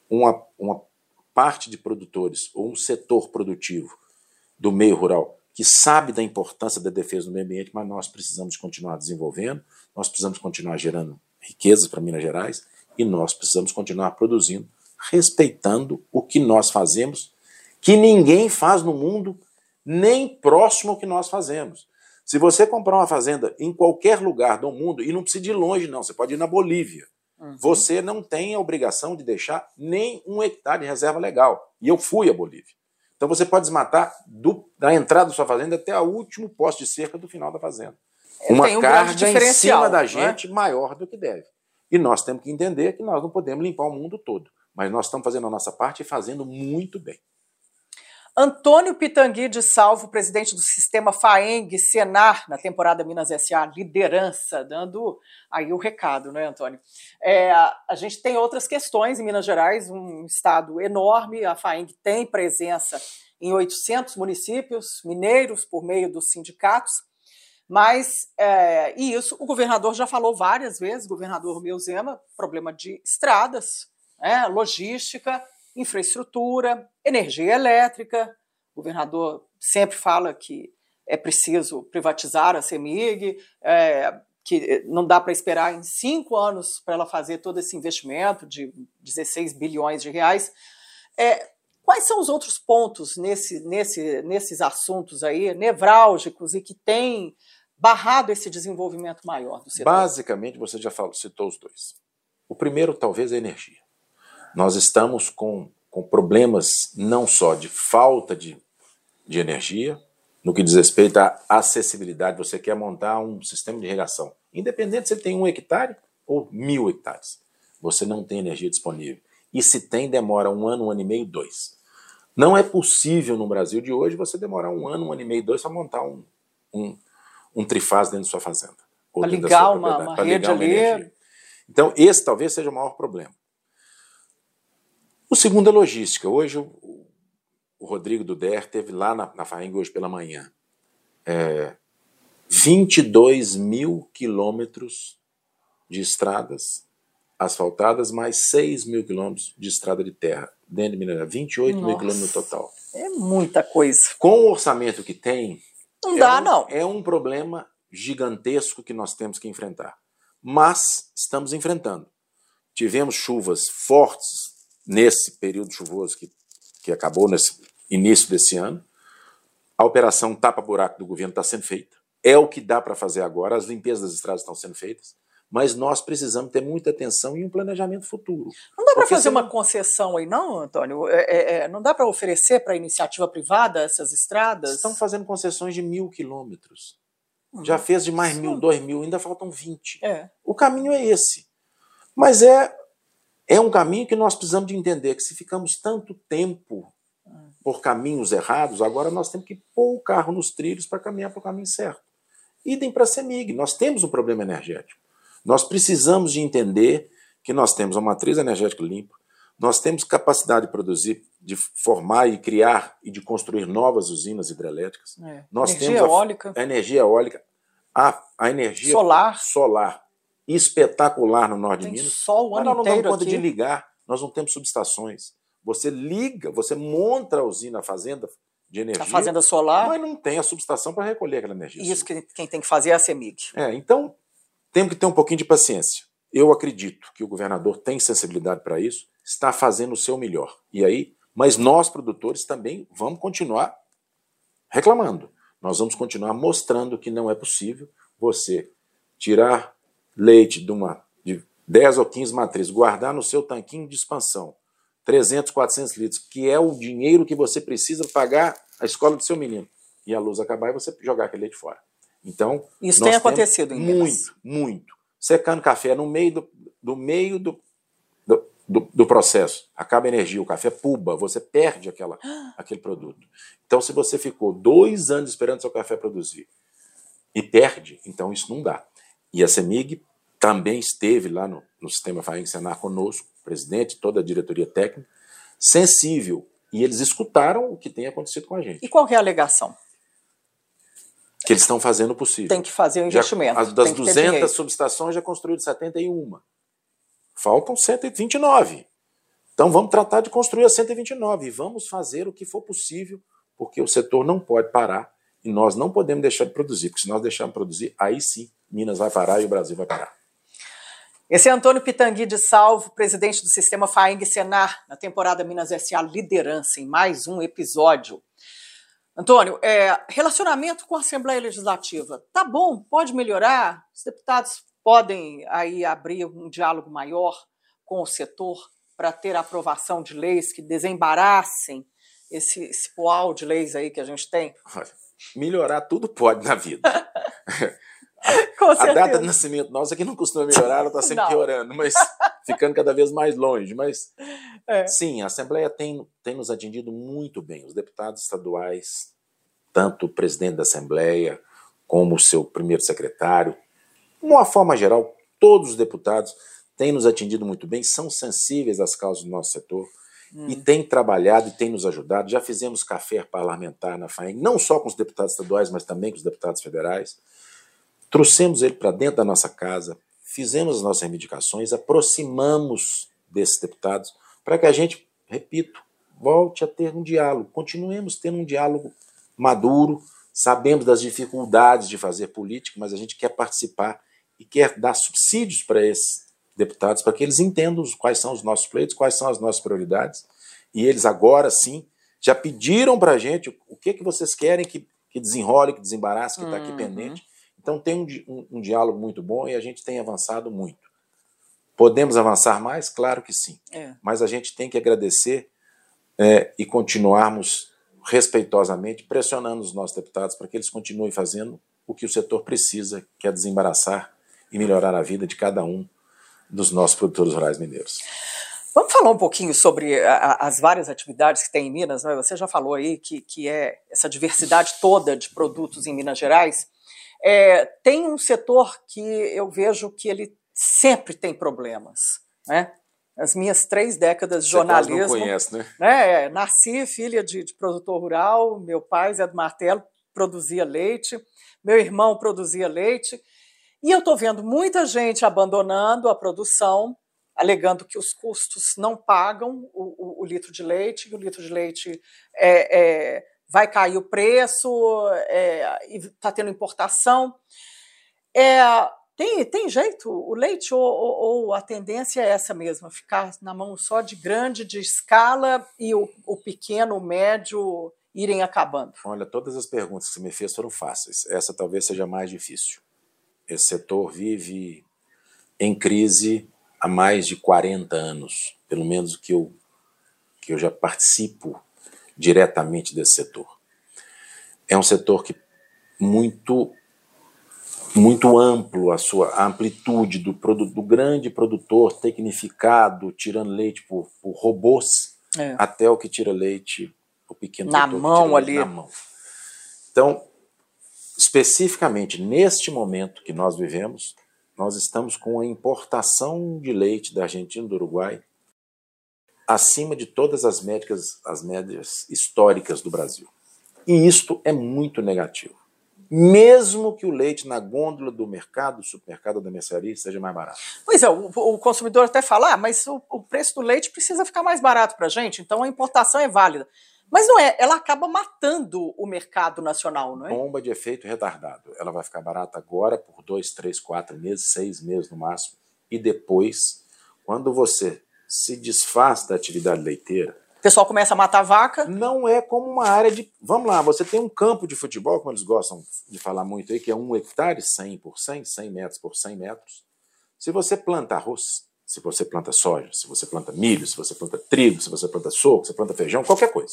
uma parte de produtores ou um setor produtivo do meio rural que sabe da importância da defesa do meio ambiente, mas nós precisamos continuar desenvolvendo, nós precisamos continuar gerando riquezas para Minas Gerais e nós precisamos continuar produzindo, respeitando o que nós fazemos, que ninguém faz no mundo, nem próximo ao que nós fazemos. Se você comprar uma fazenda em qualquer lugar do mundo, e não precisa ir longe não, você pode ir na Bolívia, você não tem a obrigação de deixar nem 1 hectare de reserva legal. E eu fui à Bolívia. Então você pode desmatar da entrada da sua fazenda até o último poste de cerca do final da fazenda. Uma carga em cima da gente maior do que deve. E nós temos que entender que nós não podemos limpar o mundo todo, mas nós estamos fazendo a nossa parte e fazendo muito bem. Antônio Pitangui de Salvo, presidente do sistema FAENG-Senar, na temporada Minas S.A. Liderança, dando aí o recado, né, Antônio? A gente tem outras questões em Minas Gerais, um estado enorme, a FAENG tem presença em 800 municípios mineiros por meio dos sindicatos, mas, e isso o governador já falou várias vezes, o governador Romeu Zema, problema de estradas, logística, infraestrutura, energia elétrica. O governador sempre fala que é preciso privatizar a CEMIG, que não dá para esperar em 5 anos para ela fazer todo esse investimento de 16 bilhões de reais. Quais são os outros pontos nesses assuntos aí, nevrálgicos, e que têm barrado esse desenvolvimento maior do setor? Basicamente, você já citou os dois. O primeiro, talvez, é a energia. Nós estamos com problemas não só de falta de energia, no que diz respeito à acessibilidade. Você quer montar um sistema de irrigação, independente se ele tem 1 hectare ou 1000 hectares. Você não tem energia disponível. E se tem, demora 1 ano, 1 ano e meio, 2. Não é possível no Brasil de hoje você demorar 1 ano, 1 ano e meio, 2 para montar um trifásico dentro da sua fazenda. Para ligar uma rede ali. Então, esse talvez seja o maior problema. O segundo é logística. Hoje o Rodrigo Duder esteve lá na FAENG hoje pela manhã. 22 mil quilômetros de estradas asfaltadas, mais 6 mil quilômetros de estrada de terra dentro de Minas Gerais. 28 mil quilômetros no total. É muita coisa. Com o orçamento que tem, não dá, não. É um problema gigantesco que nós temos que enfrentar. mas estamos enfrentando. Tivemos chuvas fortes nesse período chuvoso que acabou nesse início desse ano. A operação tapa-buraco do governo está sendo feita. É o que dá para fazer agora. As limpezas das estradas estão sendo feitas. Mas nós precisamos ter muita atenção e um planejamento futuro. Não dá para fazer uma concessão aí, não, Antônio? Não dá para oferecer para a iniciativa privada essas estradas? Estão fazendo concessões de 1.000 quilômetros. Já fez de mais 1.000, 2.000, ainda faltam 20. O caminho é esse. Mas é um caminho que nós precisamos de entender, que se ficamos tanto tempo por caminhos errados, agora nós temos que pôr o carro nos trilhos para caminhar para o caminho certo. Idem para a CEMIG. Nós temos um problema energético. Nós precisamos de entender que nós temos uma matriz energética limpa, nós temos capacidade de produzir, de formar e criar e de construir novas usinas hidrelétricas. Nós energia temos eólica. A energia eólica, a energia solar espetacular no norte de Minas. Sol o ano mas nós não damos inteiro conta aqui. de ligar, nós não temos subestações. Você liga, você monta a usina, a fazenda de energia. A fazenda solar. Mas não tem a subestação para recolher aquela energia. E isso quem tem que fazer é a CEMIG. Então, temos que ter um pouquinho de paciência. Eu acredito que o governador tem sensibilidade para isso, está fazendo o seu melhor. E aí, mas nós, produtores, também vamos continuar reclamando. Nós vamos continuar mostrando que não é possível você tirar leite de 10 ou 15 matrizes, guardar no seu tanquinho de expansão 300, 400 litros, que é o dinheiro que você precisa pagar a escola do seu menino, e a luz acabar e você jogar aquele leite fora. Então, isso tem acontecido em Minas. Muito. Secando café no meio do processo. Acaba a energia, o café puba, você perde aquele produto. Então, se você ficou 2 anos esperando seu café produzir e perde, então isso não dá. E a CEMIG também esteve lá no Sistema FAENG-SENAR conosco, o presidente, toda a diretoria técnica, sensível. E eles escutaram o que tem acontecido com a gente. E qual que é a alegação? Que eles estão fazendo o possível. Tem que fazer o investimento. Das 200 subestações já construíram 71. Faltam 129. Então vamos tratar de construir as 129 e vamos fazer o que for possível, porque o setor não pode parar e nós não podemos deixar de produzir, porque se nós deixarmos de produzir, aí sim Minas vai parar e o Brasil vai parar. Esse é Antônio Pitangui de Salvo, presidente do Sistema FAENG-SENAR, na temporada Minas S.A. Liderança, em mais um episódio. Antônio, relacionamento com a Assembleia Legislativa. Tá bom, pode melhorar? Os deputados podem aí abrir um diálogo maior com o setor para ter a aprovação de leis que desembaraçem esse poal de leis aí que a gente tem? Melhorar tudo pode na vida. Com a data de nascimento nossa aqui não costuma melhorar, ela está sempre piorando, mas ficando cada vez mais longe. Mas sim, a Assembleia tem nos atendido muito bem. Os deputados estaduais, tanto o presidente da Assembleia como o seu primeiro secretário, de uma forma geral, todos os deputados têm nos atendido muito bem, são sensíveis às causas do nosso setor e têm trabalhado e têm nos ajudado. Já fizemos café parlamentar na FAENG, não só com os deputados estaduais, mas também com os deputados federais. Trouxemos ele para dentro da nossa casa, fizemos as nossas reivindicações, aproximamos desses deputados para que a gente, repito, volte a ter um diálogo, continuemos tendo um diálogo maduro, sabemos das dificuldades de fazer política, mas a gente quer participar e quer dar subsídios para esses deputados, para que eles entendam quais são os nossos pleitos, quais são as nossas prioridades, e eles agora sim já pediram para a gente o que vocês querem que desenrole, que desembarace, que está aqui pendente. Então tem um diálogo muito bom e a gente tem avançado muito. Podemos avançar mais? Claro que sim. Mas a gente tem que agradecer e continuarmos respeitosamente pressionando os nossos deputados para que eles continuem fazendo o que o setor precisa, que é desembaraçar e melhorar a vida de cada um dos nossos produtores rurais mineiros. Vamos falar um pouquinho sobre as várias atividades que tem em Minas, né? Você já falou aí que é essa diversidade toda de produtos em Minas Gerais. Tem um setor que eu vejo que ele sempre tem problemas, né? As minhas 3 décadas de jornalismo. Você quase não conhece, né? Nasci filha de produtor rural, meu pai, Zé do Martelo, produzia leite, meu irmão produzia leite, e eu estou vendo muita gente abandonando a produção, alegando que os custos não pagam o litro de leite, que o litro de leite vai cair o preço, e está tendo importação. Tem jeito o leite ou a tendência é essa mesma, ficar na mão só de grande, de escala e o pequeno, o médio irem acabando? Olha, todas as perguntas que você me fez foram fáceis. Essa talvez seja mais difícil. Esse setor vive em crise há mais de 40 anos, pelo menos que eu já participo diretamente desse setor. É um setor que muito amplo, a amplitude do grande produtor tecnificado, tirando leite por robôs, até o que tira leite, o pequeno na produtor mão que tira ali. leite na mão. Então, especificamente neste momento que nós vivemos, nós estamos com a importação de leite da Argentina e do Uruguai acima de todas as médias históricas do Brasil. E isto é muito negativo. Mesmo que o leite na gôndola do mercado, do supermercado ou da mercearia seja mais barato. Pois é, o consumidor até fala, mas o preço do leite precisa ficar mais barato para a gente, então a importação é válida. Mas não é, ela acaba matando o mercado nacional, não é? Bomba de efeito retardado. Ela vai ficar barata agora por 2, 3, 4 meses, 6 meses no máximo. E depois, quando você se desfaz da atividade leiteira, o pessoal começa a matar a vaca. Não é como uma área de... Vamos lá, você tem um campo de futebol, como eles gostam de falar muito aí, que é 1 hectare, 100 por 100, 100 metros por 100 metros. Se você planta arroz, se você planta soja, se você planta milho, se você planta trigo, se você planta sorgo, se você planta feijão, qualquer coisa.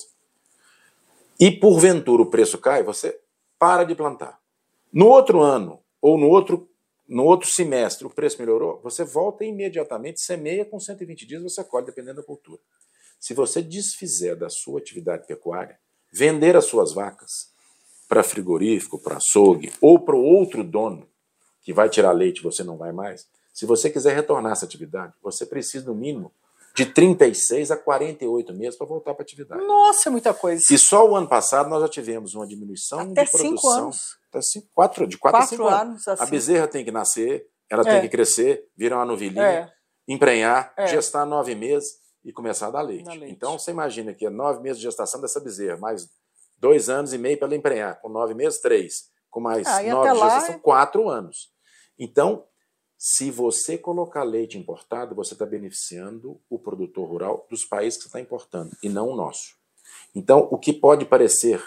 E porventura o preço cai, você para de plantar. No outro ano, ou no outro semestre, o preço melhorou, você volta imediatamente, semeia com 120 dias, você colhe, dependendo da cultura. Se você desfizer da sua atividade pecuária, vender as suas vacas para frigorífico, para açougue ou para outro dono que vai tirar leite e você não vai mais, se você quiser retornar essa atividade, você precisa, no mínimo, de 36 a 48 meses para voltar para a atividade. Nossa, é muita coisa. E só o ano passado nós já tivemos uma diminuição até de produção. 5 anos. Até de 4 a 5 anos. Assim. A bezerra tem que nascer, ela tem que crescer, virar uma novilhinha, emprenhar, gestar 9 meses e começar a dar leite. Então, você imagina que é 9 meses de gestação dessa bezerra, mais 2 anos e meio para ela emprenhar. Com 9 meses, 3. Com mais 9 de gestação, 4 anos. Então, se você colocar leite importado, você está beneficiando o produtor rural dos países que você está importando, e não o nosso. Então, o que pode parecer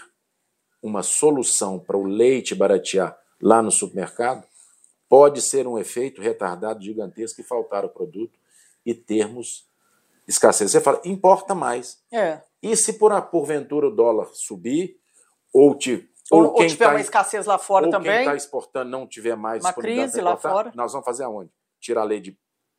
uma solução para o leite baratear lá no supermercado, pode ser um efeito retardado gigantesco e faltar o produto e termos escassez. Você fala, importa mais. E se porventura o dólar subir, ou tiver uma escassez lá fora ou também, quem está exportando não tiver mais uma crise lá fora, nós vamos fazer aonde? Tirar leite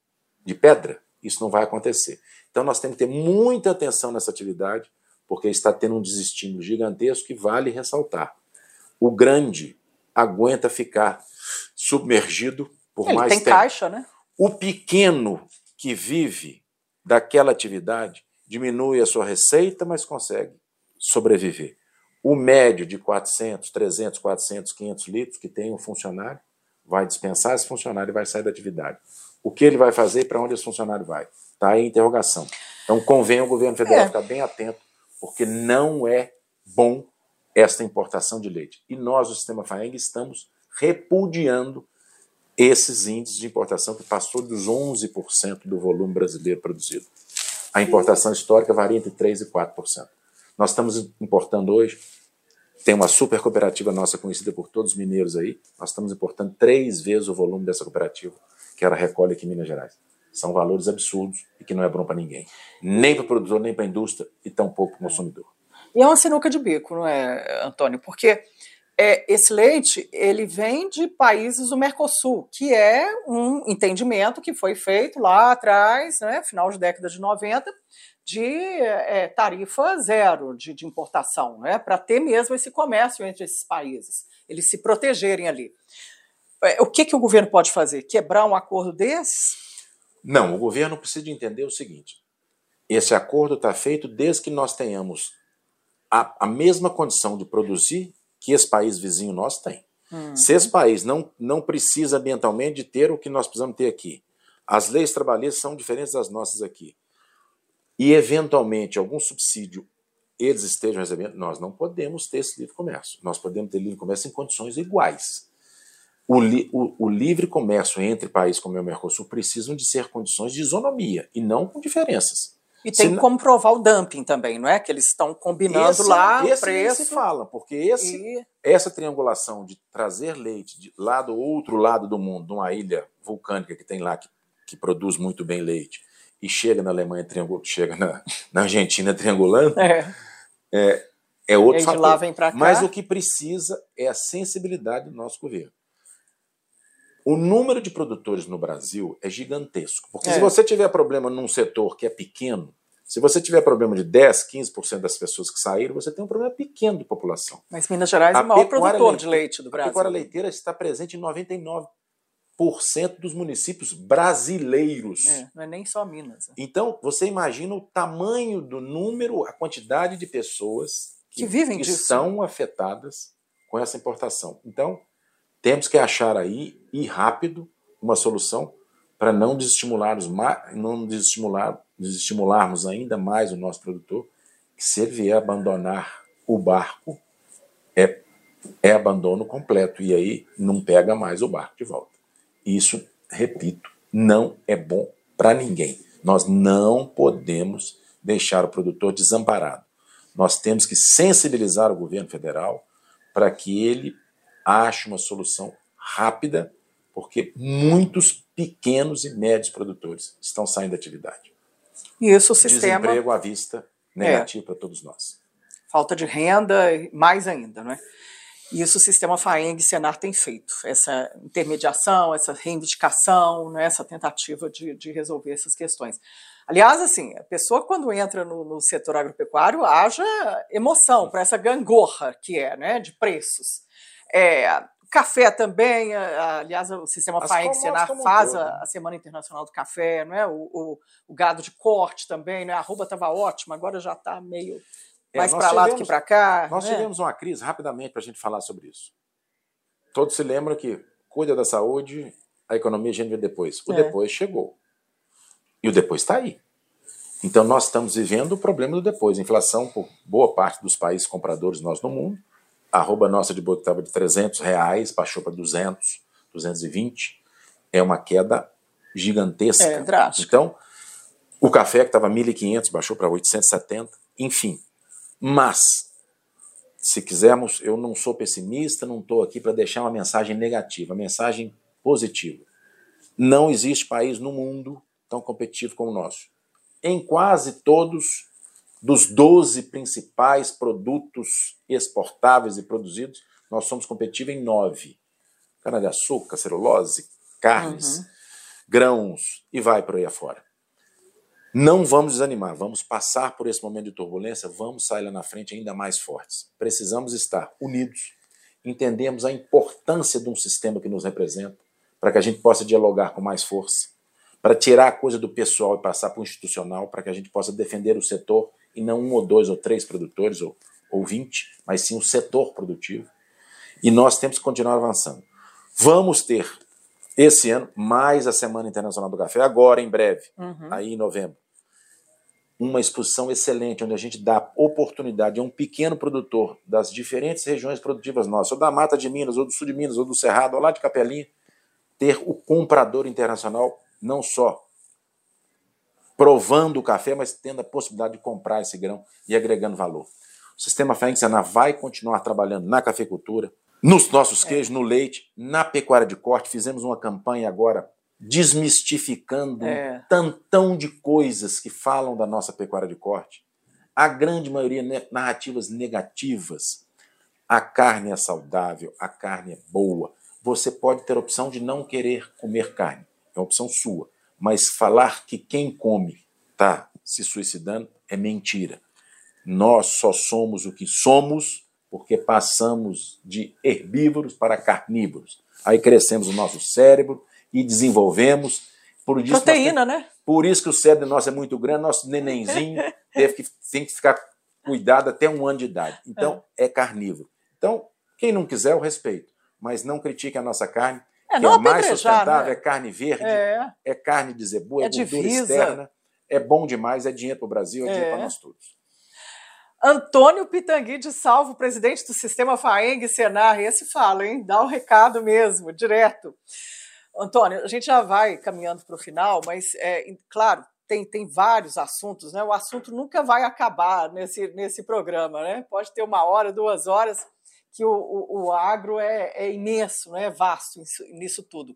de pedra? Isso não vai acontecer. Então nós temos que ter muita atenção nessa atividade, porque está tendo um desestímulo gigantesco que vale ressaltar. O grande aguenta ficar submergido por mais tempo. Tem caixa, né? O pequeno que vive daquela atividade diminui a sua receita, mas consegue sobreviver. O médio de 400, 300, 400, 500 litros que tem um funcionário vai dispensar esse funcionário e vai sair da atividade. O que ele vai fazer e para onde esse funcionário vai? Está aí a interrogação. Então convém o governo federal ficar bem atento, porque não é bom esta importação de leite. E nós, o Sistema FAENG, estamos repudiando esses índices de importação que passou dos 11% do volume brasileiro produzido. A importação histórica varia entre 3% e 4%. Nós estamos importando hoje, tem uma super cooperativa nossa conhecida por todos os mineiros aí, nós estamos importando 3 vezes o volume dessa cooperativa que ela recolhe aqui em Minas Gerais. São valores absurdos e que não é bom para ninguém. Nem para o produtor, nem para a indústria e tampouco para o consumidor. E é uma sinuca de bico, não é, Antônio? Porque esse leite ele vem de países do Mercosul, que é um entendimento que foi feito lá atrás, né, final de década de 90, de tarifa zero de importação, né, para ter mesmo esse comércio entre esses países, eles se protegerem ali. O que o governo pode fazer? Quebrar um acordo desses? Não, o governo precisa de entender o seguinte, esse acordo está feito desde que nós tenhamos a mesma condição de produzir que esse país vizinho nosso tem. Se esse país não precisa ambientalmente de ter o que nós precisamos ter aqui, as leis trabalhistas são diferentes das nossas aqui, e eventualmente algum subsídio eles estejam recebendo, nós não podemos ter esse livre comércio. Nós podemos ter livre comércio em condições iguais. O livre comércio entre países como o Mercosul precisam de ser condições de isonomia e não com diferenças. E tem como provar o dumping também, não é? Que eles estão combinando lá o preço. Se fala, porque essa triangulação de trazer leite lá do outro lado do mundo, de uma ilha vulcânica que tem lá, que produz muito bem leite, e chega na Alemanha, chega na Argentina triangulando, é outro fator. Lá vem pra cá. Mas o que precisa é a sensibilidade do nosso governo. O número de produtores no Brasil é gigantesco. Porque se você tiver problema num setor que é pequeno, se você tiver problema de 10%, 15% das pessoas que saíram, você tem um problema pequeno de população. Mas Minas Gerais é o maior produtor de leite do Brasil. A pecuária leiteira está presente em 99% dos municípios brasileiros. Não é nem só Minas. Então, você imagina o tamanho do número, a quantidade de pessoas que vivem disso, estão afetadas com essa importação. Então, temos que achar aí, e rápido, uma solução para não desestimularmos ainda mais o nosso produtor, que se ele vier abandonar o barco, é abandono completo, e aí não pega mais o barco de volta. Isso, repito, não é bom para ninguém. Nós não podemos deixar o produtor desamparado. Nós temos que sensibilizar o governo federal para que ele ache uma solução rápida, porque muitos pequenos e médios produtores estão saindo da atividade. E isso o sistema... Desemprego à vista, negativo para todos nós. Falta de renda, mais ainda, não é? E isso o sistema FAENG e Senar tem feito, essa intermediação, essa reivindicação, né, essa tentativa de resolver essas questões. Aliás, assim, a pessoa quando entra no setor agropecuário, haja emoção para essa gangorra que né, de preços. Café também, aliás, o sistema FAENG e Senar faz a Semana Internacional do Café, não é? O gado de corte também, né? A arroba estava ótima, agora já está meio... mais para lá do que para cá. Nós tivemos uma crise, rapidamente, para a gente falar sobre isso. Todos se lembram que cuida da saúde, a economia a gente vê depois. O depois chegou. E o depois está aí. Então nós estamos vivendo o problema do depois. Inflação por boa parte dos países compradores nossos no mundo. A arroba nossa de boi que estava de R$300, baixou para 200, 220. É uma queda gigantesca. Drástica. Então, o café que estava 1.500, baixou para 870. Enfim. Mas, se quisermos, eu não sou pessimista, não estou aqui para deixar uma mensagem negativa, uma mensagem positiva. Não existe país no mundo tão competitivo como o nosso. Em quase todos dos 12 principais produtos exportáveis e produzidos, nós somos competitivos em 9. Cana-de-açúcar, celulose, carnes, grãos e vai por aí afora. Não vamos desanimar, vamos passar por esse momento de turbulência, vamos sair lá na frente ainda mais fortes. Precisamos estar unidos, entendemos a importância de um sistema que nos representa, para que a gente possa dialogar com mais força, para tirar a coisa do pessoal e passar para o institucional, para que a gente possa defender o setor, e não 1 ou 2 ou 3 produtores, ou 20, mas sim o setor produtivo. E nós temos que continuar avançando. Vamos ter, esse ano, mais a Semana Internacional do Café, agora, em breve, aí em novembro. Uma exposição excelente, onde a gente dá oportunidade a um pequeno produtor das diferentes regiões produtivas nossas, ou da Mata de Minas, ou do Sul de Minas, ou do Cerrado, ou lá de Capelinha, ter o comprador internacional, não só provando o café, mas tendo a possibilidade de comprar esse grão e agregando valor. O sistema FAENG e Senar vai continuar trabalhando na cafeicultura, nos nossos queijos, no leite, na pecuária de corte. Fizemos uma campanha agora desmistificando um tantão de coisas que falam da nossa pecuária de corte. A grande maioria narrativas negativas. A carne é saudável, a carne é boa. Você pode ter a opção de não querer comer carne, é uma opção sua. Mas falar que quem come está se suicidando é mentira. Nós só somos o que somos porque passamos de herbívoros para carnívoros. Aí crescemos o nosso cérebro e desenvolvemos. Proteína, né? Por isso que o cérebro nosso é muito grande, nosso nenenzinho tem que ficar cuidado até 1 ano de idade. Então, é carnívoro. Então, quem não quiser, eu respeito. Mas não critique a nossa carne, que é mais sustentável, né? É carne verde, é carne de zebu, é gordura externa, é bom demais, é dinheiro para o Brasil, é dinheiro para nós todos. Antônio Pitangui de Salvo, presidente do Sistema FAENG-SENAR. Esse fala, hein? Dá o recado mesmo, direto. Antônio, a gente já vai caminhando para o final, mas, claro, tem vários assuntos, né? O assunto nunca vai acabar nesse programa, né? Pode ter 1 hora, 2 horas, que o agro é imenso, né? É vasto nisso tudo.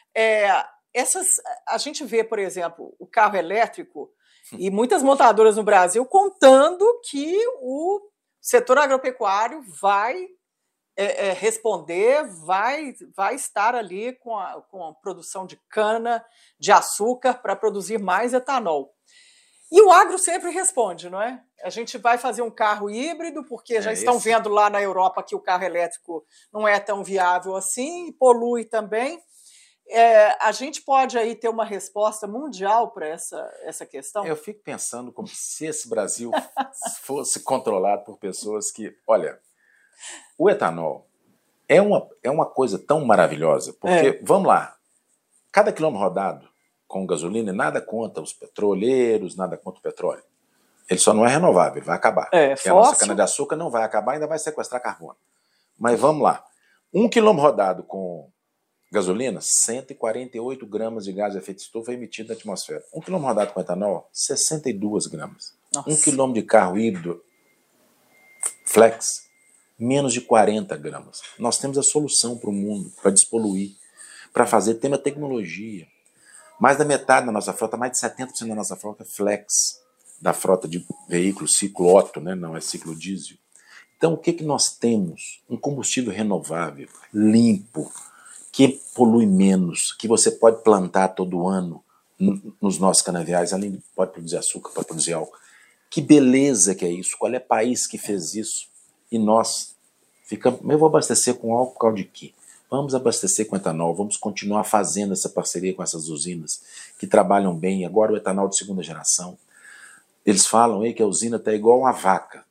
A gente vê, por exemplo, o carro elétrico e muitas montadoras no Brasil contando que o setor agropecuário vai responder, vai estar ali com a produção de cana, de açúcar, para produzir mais etanol. E o agro sempre responde, não é? A gente vai fazer um carro híbrido, porque já estão vendo lá na Europa que o carro elétrico não é tão viável assim, e polui também. A gente pode aí ter uma resposta mundial para essa questão? Eu fico pensando como se esse Brasil fosse controlado por pessoas que... Olha, o etanol é uma coisa tão maravilhosa, porque, vamos lá, cada quilômetro rodado com gasolina, nada contra os petroleiros, nada contra o petróleo. Ele só não é renovável, ele vai acabar. Porque a nossa cana-de-açúcar não vai acabar, ainda vai sequestrar carbono. Mas vamos lá, 1 quilômetro rodado com gasolina, 148 gramas de gás de efeito de estufa é emitido na atmosfera. 1 quilômetro rodado com etanol, 62 gramas. Nossa. 1 quilômetro de carro híbrido flex, menos de 40 gramas. Nós temos a solução para o mundo, para despoluir, para fazer, tema tecnologia. Mais da metade da nossa frota, mais de 70% da nossa frota é flex, da frota de veículos ciclo Otto, né? Não é ciclo diesel. Então, o que nós temos? Um combustível renovável, limpo, que polui menos, que você pode plantar todo ano nos nossos canaviais, além de pode produzir açúcar, pode produzir álcool. Que beleza que é isso? Qual é o país que fez isso? E nós ficamos... Eu vou abastecer com álcool por causa de quê? Vamos abastecer com etanol, vamos continuar fazendo essa parceria com essas usinas que trabalham bem. Agora o etanol de 2ª geração. Eles falam aí que a usina está igual uma vaca.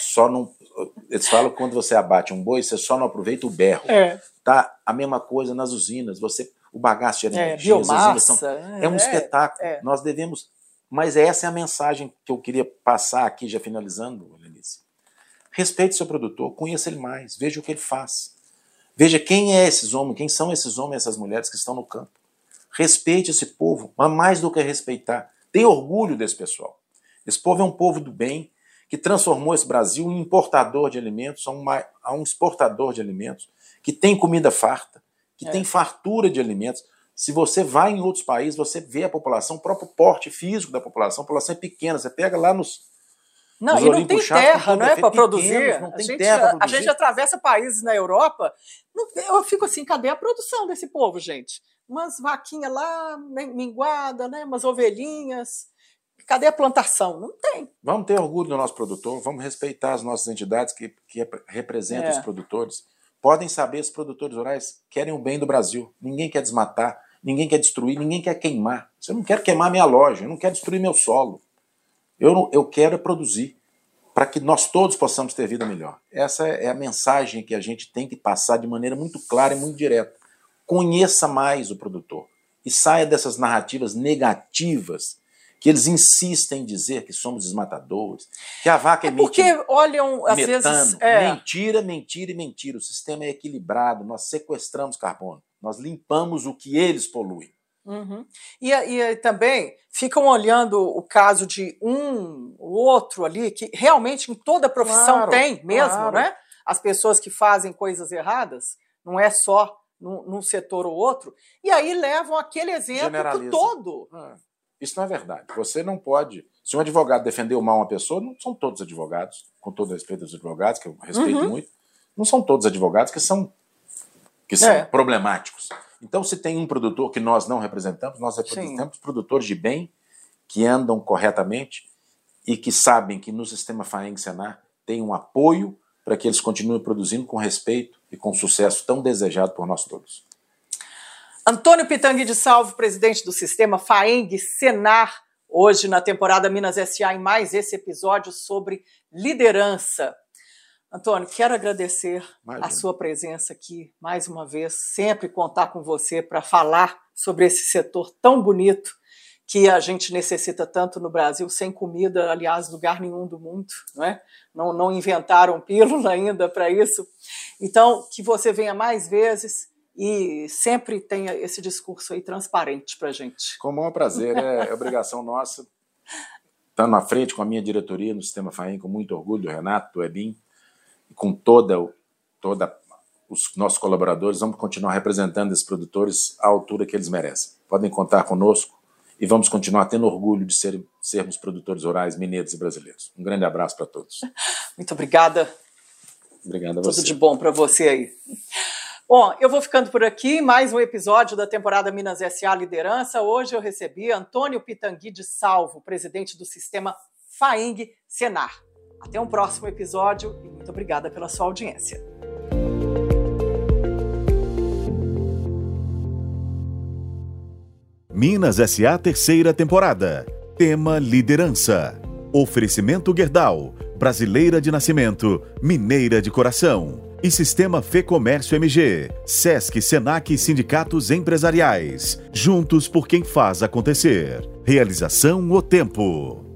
Eles falam que quando você abate um boi, você só não aproveita o berro. Tá a mesma coisa nas usinas. O bagaço de energia, biomassa, as usinas é um espetáculo. Nós devemos... Mas essa é a mensagem que eu queria passar aqui, já finalizando, Lenice. Respeite seu produtor, conheça ele mais, veja o que ele faz. Veja quem é esses homens, quem são esses homens e essas mulheres que estão no campo. Respeite esse povo, mas mais do que respeitar, tenha orgulho desse pessoal. Esse povo é um povo do bem, que transformou esse Brasil em importador de alimentos, a um exportador de alimentos, que tem comida farta, que tem fartura de alimentos. Se você vai em outros países, você vê a população, o próprio porte físico da população, a população é pequena, você pega lá nos... Não, e não tem terra, não é, para produzir. Não tem terra para produzir. A gente atravessa países na Europa, eu fico assim, cadê a produção desse povo, gente? Umas vaquinhas lá, minguada, né? Umas ovelhinhas. Cadê a plantação? Não tem. Vamos ter orgulho do nosso produtor, vamos respeitar as nossas entidades que representam os produtores. Podem saber, os produtores rurais querem o bem do Brasil. Ninguém quer desmatar, ninguém quer destruir, ninguém quer queimar. Eu não quero queimar minha loja, eu não quero destruir meu solo. Eu quero produzir para que nós todos possamos ter vida melhor. Essa é a mensagem que a gente tem que passar de maneira muito clara e muito direta. Conheça mais o produtor e saia dessas narrativas negativas que eles insistem em dizer que somos desmatadores, que a vaca emite porque olham, às metano. Vezes, Mentira, mentira e mentira. O sistema é equilibrado, nós sequestramos carbono, nós limpamos o que eles poluem. Uhum. E também ficam olhando o caso de o outro ali, que realmente em toda profissão tem mesmo, né? As pessoas que fazem coisas erradas, não é só num setor ou outro, e aí levam aquele exemplo para todo. Isso não é verdade. Você não pode... Se um advogado defendeu mal uma pessoa, não são todos advogados, com todo respeito aos advogados, que eu respeito muito, não são todos advogados que são problemáticos. Então, se tem um produtor que nós não representamos, nós representamos produtores de bem, que andam corretamente e que sabem que no sistema FAENG-SENAR tem um apoio para que eles continuem produzindo com respeito e com sucesso tão desejado por nós todos. Antônio Pitangui de Salvo, presidente do sistema FAENG-SENAR, hoje na temporada Minas S.A. em mais esse episódio sobre liderança. Antônio, quero agradecer a sua presença aqui mais uma vez, sempre contar com você para falar sobre esse setor tão bonito que a gente necessita tanto no Brasil, sem comida, aliás, lugar nenhum do mundo, não é? Não inventaram pílula ainda para isso. Então, que você venha mais vezes e sempre tenha esse discurso aí transparente para a gente. Com o maior prazer, é obrigação nossa. Estando à frente com a minha diretoria no Sistema FAENG, com muito orgulho, do Renato, do Ebin, e com toda os nossos colaboradores, vamos continuar representando esses produtores à altura que eles merecem. Podem contar conosco e vamos continuar tendo orgulho de sermos produtores rurais mineiros e brasileiros. Um grande abraço para todos. Muito obrigada. Obrigado a você. Tudo de bom para você aí. Bom, eu vou ficando por aqui, mais um episódio da temporada Minas S.A. Liderança. Hoje eu recebi Antônio Pitangui de Salvo, presidente do Sistema FAENG Senar. Até um próximo episódio e muito obrigada pela sua audiência. Minas S.A. terceira temporada. Tema Liderança. Oferecimento Gerdau, brasileira de nascimento, mineira de coração. E Sistema Fê Comércio MG, Sesc, Senac e sindicatos empresariais. Juntos por quem faz acontecer. Realização O Tempo.